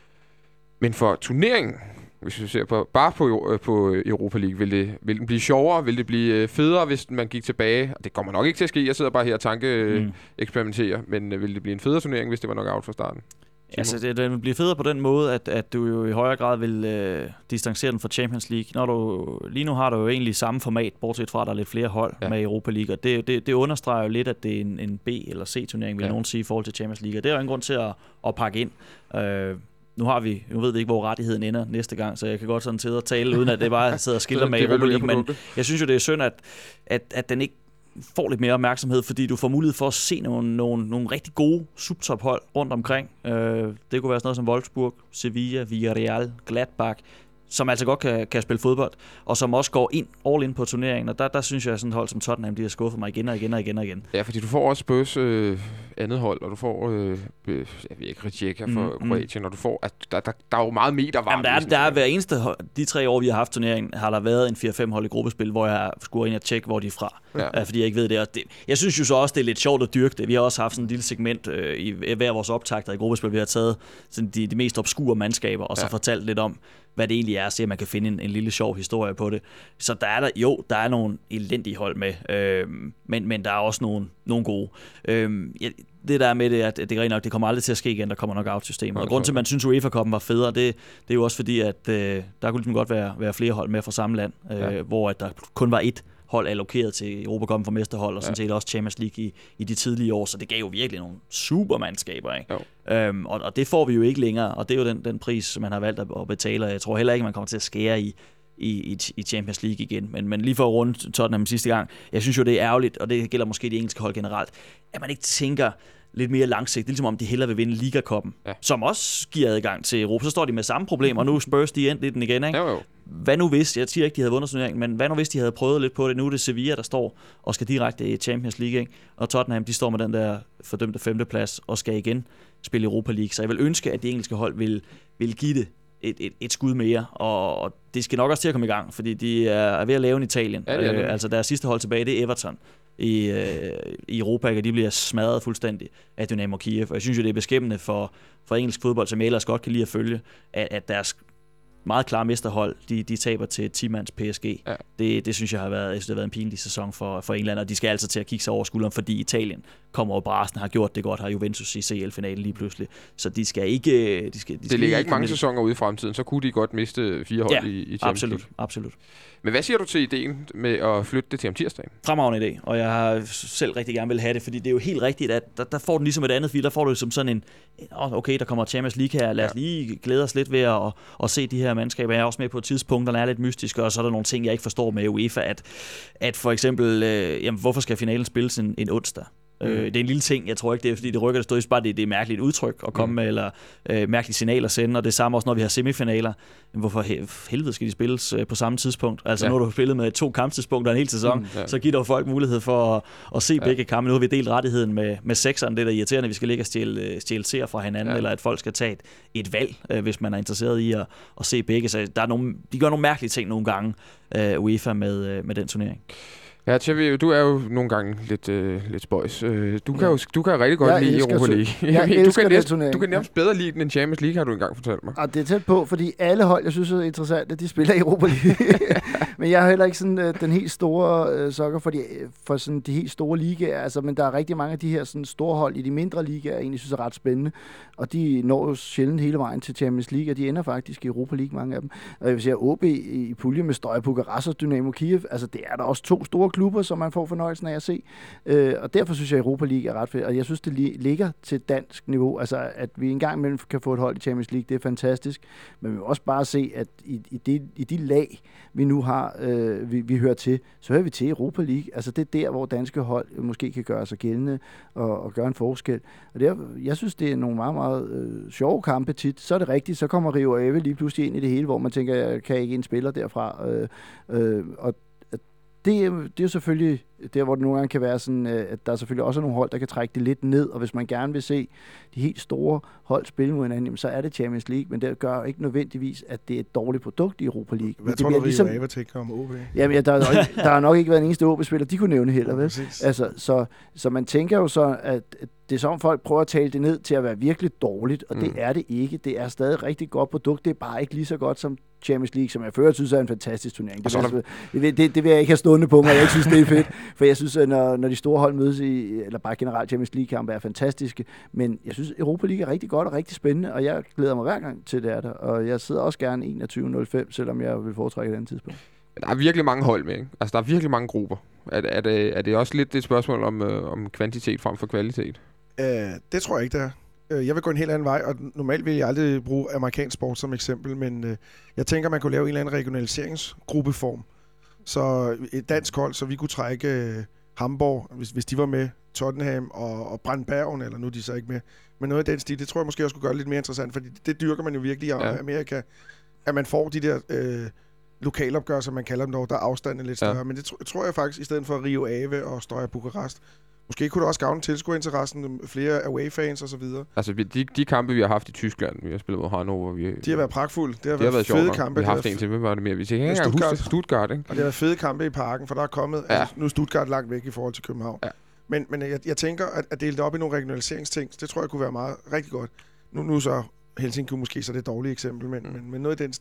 Men for turneringen, hvis vi ser på Europa League, vil den blive sjovere, vil det blive federe, hvis man gik tilbage? Det kommer nok ikke til at ske, jeg sidder bare her og eksperimenterer, men vil det blive en federe turnering, hvis det var knockout fra starten? Altså, det vil blive federe på den måde, at du jo i højere grad vil distancere den fra Champions League. Lige nu har du jo egentlig samme format, bortset fra, at der er lidt flere hold med Europa League, og det understreger jo lidt, at det er en B- eller C-turnering, vil nogen sige, i forhold til Champions League, og det er jo en grund til at pakke ind. Nu ved vi ikke, hvor rettigheden ender næste gang, så jeg kan godt sådan sidde og tale, uden at det bare sidder og skilder med Europa League, men jeg synes jo, det er synd, at den ikke får lidt mere opmærksomhed, fordi du får mulighed for at se nogle rigtig gode subtophold rundt omkring. Det kunne være sådan noget som Wolfsburg, Sevilla, Villarreal, Gladbach, som altså godt kan spille fodbold, og som også går all in på turneringen. Og der synes jeg, at sådan et hold som Tottenham, de har skuffet mig igen og igen. Ja, fordi du får også Spurs andet hold, og du får jeg ved ikke, Rijeka for Kroatien, og du får, at der er jo meget metervarmt. Jamen, der er hver eneste de 3 år, vi har haft turneringen, har der været en 4-5 hold i gruppespil, hvor jeg skulle ind og tjekke, hvor de er fra. Fordi jeg ikke ved det. Og jeg synes jo så også, det er lidt sjovt at dyrke det. Vi har også haft sådan en lille segment i hver vores optagter i gruppespil. Vi har taget sådan de mest obskure mandskaber, og så fortalt lidt om, hvad det egentlig er, så man kan finde en lille sjov historie på det. Så der er nogle elendige hold med, men der er også nogle gode. Det der med det, at det er rent nok, det kommer aldrig til at ske igen, der kommer knockout-systemet. Og grunden til, at man synes, at UEFA-koppen var federe, det er jo også fordi, at der kunne ligesom godt være flere hold med fra samme land, hvor at der kun var ét hold allokeret til Europa-koppen for mesterhold, og sådan set også Champions League i de tidlige år, så det gav jo virkelig nogle supermandskaber, ikke? Og det får vi jo ikke længere, og det er jo den pris, man har valgt at betale, og jeg tror heller ikke, man kommer til at skære i Champions League igen. Men lige for at runde Tottenham sidste gang, jeg synes jo, det er ærgerligt, og det gælder måske de engelske hold generelt, at man ikke tænker lidt mere langsigtet, ligesom om de hellere vil vinde Liga-koppen, som også giver adgang til Europa. Så står de med samme problem, og nu Spurs de ind i den igen, ikke? Jo. Hvad nu hvis, jeg siger ikke, de havde vundet turneringen, men hvad nu hvis de havde prøvet lidt på det? Nu er det Sevilla, der står og skal direkte i Champions League, ikke? Og Tottenham, de står med den der fordømte 5. plads og skal igen spille Europa League. Så jeg vil ønske, at de engelske hold vil give det et skud mere, og det skal nok også til at komme i gang, fordi de er ved at lave en Italien. Altså deres sidste hold tilbage, det er Everton i Europa, og de bliver smadret fuldstændig af Dynamo Kiev. Og jeg synes jo, det er beskæmmende for engelsk fodbold, som jeg ellers godt kan lide at følge, at deres meget klare mesterhold, de taber til 10-mands PSG. Ja. Det synes jeg har været en pinlig sæson for England, og de skal altså til at kigge sig over skulderen, fordi Italien kommer over brasen, har gjort det godt, har Juventus i CL-finalen lige pludselig. Så de skal ikke... Det ligger ikke mange sæsoner ude i fremtiden, så kunne de godt miste 4 hold i Champions League. Absolut. Men hvad siger du til ideen med at flytte det til om tirsdagen? Fremragende idé, og jeg har selv rigtig gerne vil have det, fordi det er jo helt rigtigt, at der får den ligesom et andet fil, der får du som sådan okay, der kommer Champions League her, lad os lige glæde os lidt ved at se de her mandskaber. Jeg er også med på et tidspunkt, der er lidt mystiske, og så er der nogle ting, jeg ikke forstår med UEFA, at for eksempel, hvorfor skal finalen spilles en onsdag? Det er en lille ting. Jeg tror ikke, det er fordi, det rykker, det står bare, det er mærkeligt udtryk at komme med, eller mærkeligt signal at sende, og det samme også, når vi har semifinaler. Hvorfor helvede skal de spilles på samme tidspunkt? Altså, når du har spillet med 2 kamptidspunkter en hel sæson, så giver du folk mulighed for at se begge kampe. Nu har vi delt rettigheden med 6'eren. Det er der irriterende, at vi skal ligge og stjæle seere fra hinanden, eller at folk skal tage et valg, hvis man er interesseret i at se begge. Så de gør nogle mærkelige ting nogle gange, UEFA med den turnering. Ja, Xavi, du er jo nogle gange lidt spøjs. Du kan rigtig godt lide Europa League. Du kan nærmest bedre lide den end Champions League, har du engang fortalt mig. Og det er tæt på, fordi alle hold, jeg synes er interessante, de spiller i Europa League. Men jeg har heller ikke sådan den helt store sokker for sådan de helt store ligaer. Altså, men der er rigtig mange af de her sådan store hold i de mindre ligaer, jeg egentlig synes er ret spændende. Og de når jo sjældent hele vejen til Champions League, og de ender faktisk i Europa League, mange af dem. Og jeg vil sige, at OB i pulje med Steaua Bukarest og Dynamo Kiev, altså det er der også 2 store klubber, som man får fornøjelsen af at se. Og derfor synes jeg, at Europa League er ret fedt. Og jeg synes, det ligger til dansk niveau. Altså, at vi engang imellem kan få et hold i Champions League, det er fantastisk. Men vi vil også bare se, at i de lag, vi nu har, vi hører til, så hører vi til Europa League. Altså, det er der, hvor danske hold måske kan gøre sig gældende og gøre en forskel. Og jeg synes, det er nogle meget, meget sjove kampe tit. Så er det rigtigt, så kommer Rio Ave lige pludselig ind i det hele, hvor man tænker, jeg kan ikke en spiller derfra. Og det er jo selvfølgelig der, hvor det nogle gange kan være sådan, at der selvfølgelig også er nogle hold, der kan trække det lidt ned, og hvis man gerne vil se de helt store hold spille mod hinanden, så er det Champions League, men det gør ikke nødvendigvis, at det er et dårligt produkt i Europa League. Hvad tror du, Rio Ave tænker om OB? Jamen, der har nok ikke været en eneste OB-spiller, de kunne nævne heller, vel? Altså, så man tænker jo så, at det er som folk prøver at tale det ned til at være virkelig dårligt, og det er det ikke. Det er stadig et rigtig godt produkt, det er bare ikke lige så godt som Champions League, som jeg før synes er en fantastisk turnering. Det vil jeg ikke have stående på mig, jeg ikke synes, det er fedt. For jeg synes, at når de store hold mødes eller bare generelt Champions League-kampe er fantastiske, men jeg synes, Europa League er rigtig godt og rigtig spændende, og jeg glæder mig hver gang til det er der. Og jeg sidder også gerne 21.05, selvom jeg vil foretrække et andet tidspunkt. Der er virkelig mange hold med, ikke? Altså, der er virkelig mange grupper. Er det også lidt et spørgsmål om kvantitet frem for kvalitet? Det tror jeg ikke, det er. Jeg vil gå en helt anden vej, og normalt vil jeg aldrig bruge amerikansk sport som eksempel, men jeg tænker, man kunne lave en eller anden regionaliseringsgruppeform. Så et dansk hold, så vi kunne trække Hamburg, hvis de var med, Tottenham og Brandbergen, eller nu er de så ikke med. Men noget af den stil, det tror jeg måske også kunne gøre det lidt mere interessant, fordi det dyrker man jo virkelig i Amerika, at man får de der lokalopgør, som man kalder dem dog, der er afstanden lidt større. Men det tror jeg faktisk, i stedet for Rio Ave og Steaua Bukarest, måske kunne det også gavne tilskuerinteressen, flere away-fans og så videre. Altså de kampe, vi har haft i Tyskland, vi har spillet mod Hannover, de har været pragtfulde. Det har været fede kampe. Vi har haft en til, hvem var det mere? Vi kan ikke engang huske Stuttgart, ikke? Og det har været fede kampe i parken, for der er kommet, nu er Stuttgart langt væk i forhold til København. Ja. Men jeg tænker, at dele det op i nogle regionaliseringsting, det tror jeg kunne være meget rigtig godt. Nu så Helsinki måske så det et dårligt eksempel, men noget i den stil.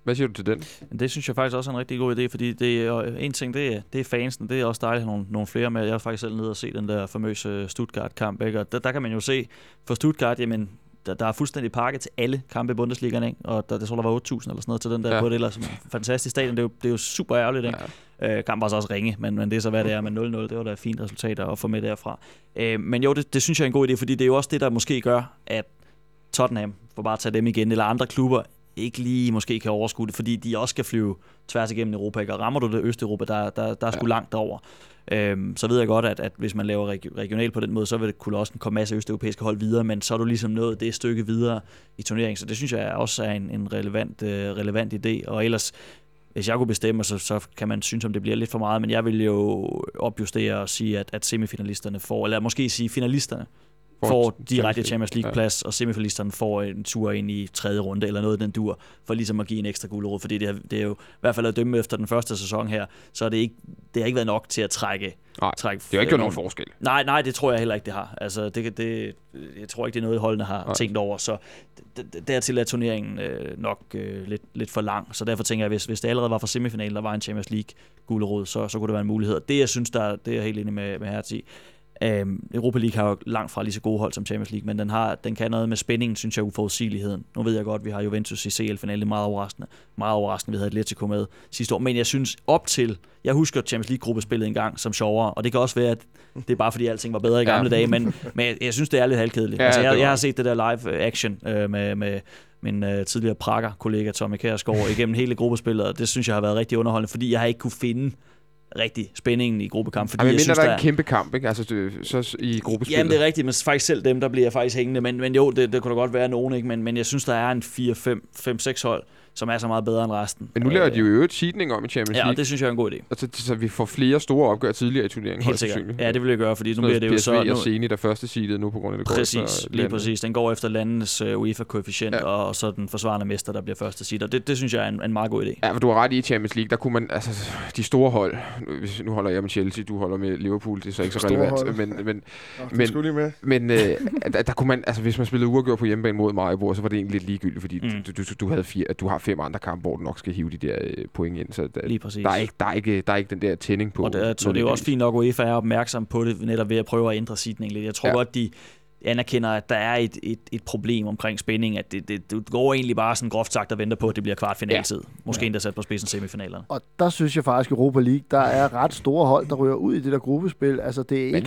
Hvad siger du til den? Det synes jeg faktisk også er en rigtig god idé, fordi det er, en ting, det er fansen. Det er også dejligt at have nogle flere med. Jeg er faktisk selv nede og se den der famøse Stuttgart-kamp, ikke? Og der kan man jo se, for Stuttgart, jamen, der er fuldstændig pakket til alle kampe i Bundesligaen, ikke? Og der tror der var 8.000 eller sådan noget til den der på det, eller som fantastisk stadion. Det er jo super ærgerligt, ikke? Ja. Kampen var så også ringe, men det er så, hvad det er med 0-0. Det var da et fint resultat at få med derfra. Men jo, det synes jeg er en god idé, fordi det er jo også det, der måske gør, at Tottenham, for bare at tage dem igen, eller andre klubber, ikke lige måske kan overskue det, fordi de også skal flyve tværs igennem Europa, ikke? Og rammer du det Østeuropa, der er sgu langt derover. Så ved jeg godt, at hvis man laver regionalt på den måde, så vil det kunne også komme masse østeuropæiske hold videre, men så er du ligesom nået det stykke videre i turneringen, så det synes jeg også er en relevant idé, og ellers, hvis jeg kunne bestemme, så kan man synes, om det bliver lidt for meget, men jeg vil jo opjustere og sige, at semifinalisterne får, eller måske sige finalisterne, får direkte Champions League-plads, og semifinalisterne får en tur ind i 3. runde, eller noget den dur, for ligesom at give en ekstra gulerod, fordi det er jo, i hvert fald at dømme efter den første sæson her, så det har ikke været nok til at trække. Nej, det har ikke gjort nogen forskel. Nej, det tror jeg heller ikke, det har. Altså, jeg tror ikke, det er noget, holdene har tænkt over, så dertil er turneringen nok lidt for lang, så derfor tænker jeg, hvis det allerede var for semifinalen, der var en Champions League-gulerod, så kunne det være en mulighed. Det, jeg synes, det er jeg helt enig med Hertz i. Europa League har jo langt fra lige så gode hold som Champions League, men den kan noget med spændingen, synes jeg, uforudsigeligheden. Nu ved jeg godt, vi har Juventus i CL-finalen, meget overraskende, vi havde Atletico med sidste år, men jeg synes jeg husker Champions League-gruppespillet engang som sjovere, og det kan også være, at det er bare fordi alting var bedre i gamle dage, men jeg synes, det er lidt halvkedeligt. Altså, jeg har set det der live action med min tidligere Prager-kollega Tommy Kjærsgaard igennem hele gruppespillet, og det synes jeg har været rigtig underholdende, fordi jeg har ikke kunne finde rigtig spændingen i gruppekamp. Fordi jeg synes, der er en kæmpe kamp, ikke? Altså, så i gruppespillet. Jamen, det er rigtigt, men faktisk selv dem, der bliver faktisk hængende. Men jo, det kunne da godt være nogen, ikke? Men jeg synes, der er en 4-5-6 hold, som er så meget bedre end resten. Men nu laver de jo øvrigt seedning om i Champions League. Ja, det synes jeg er en god idé. Altså, så vi får flere store opgør tidligere i turneringen. Helt sikkert. Ja, det vil jeg gøre, fordi nu bliver det jo så... PSV og Zenit er første seedet nu på grund af det. Præcis, lige præcis. Den går efter landenes UEFA-koefficient, og så den forsvarende mester, der bliver første seed. Og det synes jeg er en meget god idé. Ja, for du har ret i Champions League, der kunne man... Altså, de store hold... Nu holder jeg med Chelsea, du holder med Liverpool, det er så ikke så relevant. Men der kunne man... Altså, hvis man spillede uafgjort på hjemmebane mod Maribor, så var det egentlig lidt ligegyldigt, fordi du har 5 andre kampe, hvor du nok skal hive de der point ind. Så der er ikke den der tænding på. Og så det er jo også fint nok, at UEFA er opmærksom på det, netop ved at prøve at ændre seedning lidt. Jeg tror godt, de anerkender, at der er et problem omkring spænding, at du går egentlig bare sådan groft sagt og venter på, at det bliver kvartfinaltid. Måske endda sat på spidsen semifinalerne. Og der synes jeg faktisk, at Europa League, der er ret store hold, der ryger ud i det der gruppespil. Altså, det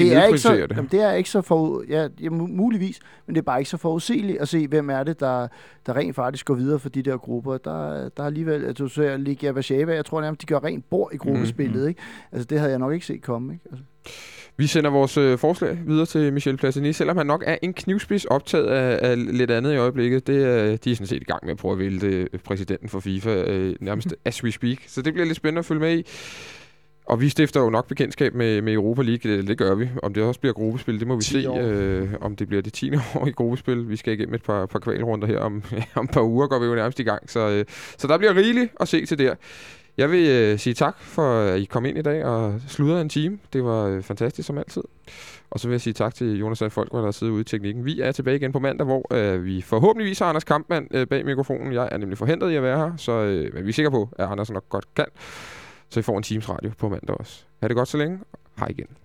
er ikke så muligvis, men det er bare ikke så forudsigeligt at se, hvem er det, der rent faktisk går videre for de der grupper. Der er alligevel, at du ser Liga Warszawa, jeg tror nærmest, de gør rent bord i gruppespillet, ikke? Altså, det havde jeg nok ikke set komme, ikke? Altså. Vi sender vores forslag videre til Michel Platini, selvom han nok er en knivspids optaget af lidt andet i øjeblikket. De er sådan set i gang med at prøve at vælte præsidenten for FIFA nærmest as we speak. Så det bliver lidt spændende at følge med i. Og vi stifter jo nok bekendtskab med Europa League. Det gør vi. Om det også bliver gruppespil, det må vi se. Om det bliver det 10. år i gruppespil. Vi skal igennem et par kvalrunder her om et par uger, går vi jo nærmest i gang. Så der bliver rigeligt at se til der. Jeg vil sige tak for, at I kom ind i dag og sludrede en time. Det var fantastisk som altid. Og så vil jeg sige tak til Jonas og Folk, der sidder ude i teknikken. Vi er tilbage igen på mandag, hvor vi forhåbentligvis har Anders Kampmann bag mikrofonen. Jeg er nemlig forhindret i at være her, men vi er sikre på, at Anders nok godt kan. Så I får en Teams radio på mandag også. Ha' det godt så længe. Hej igen.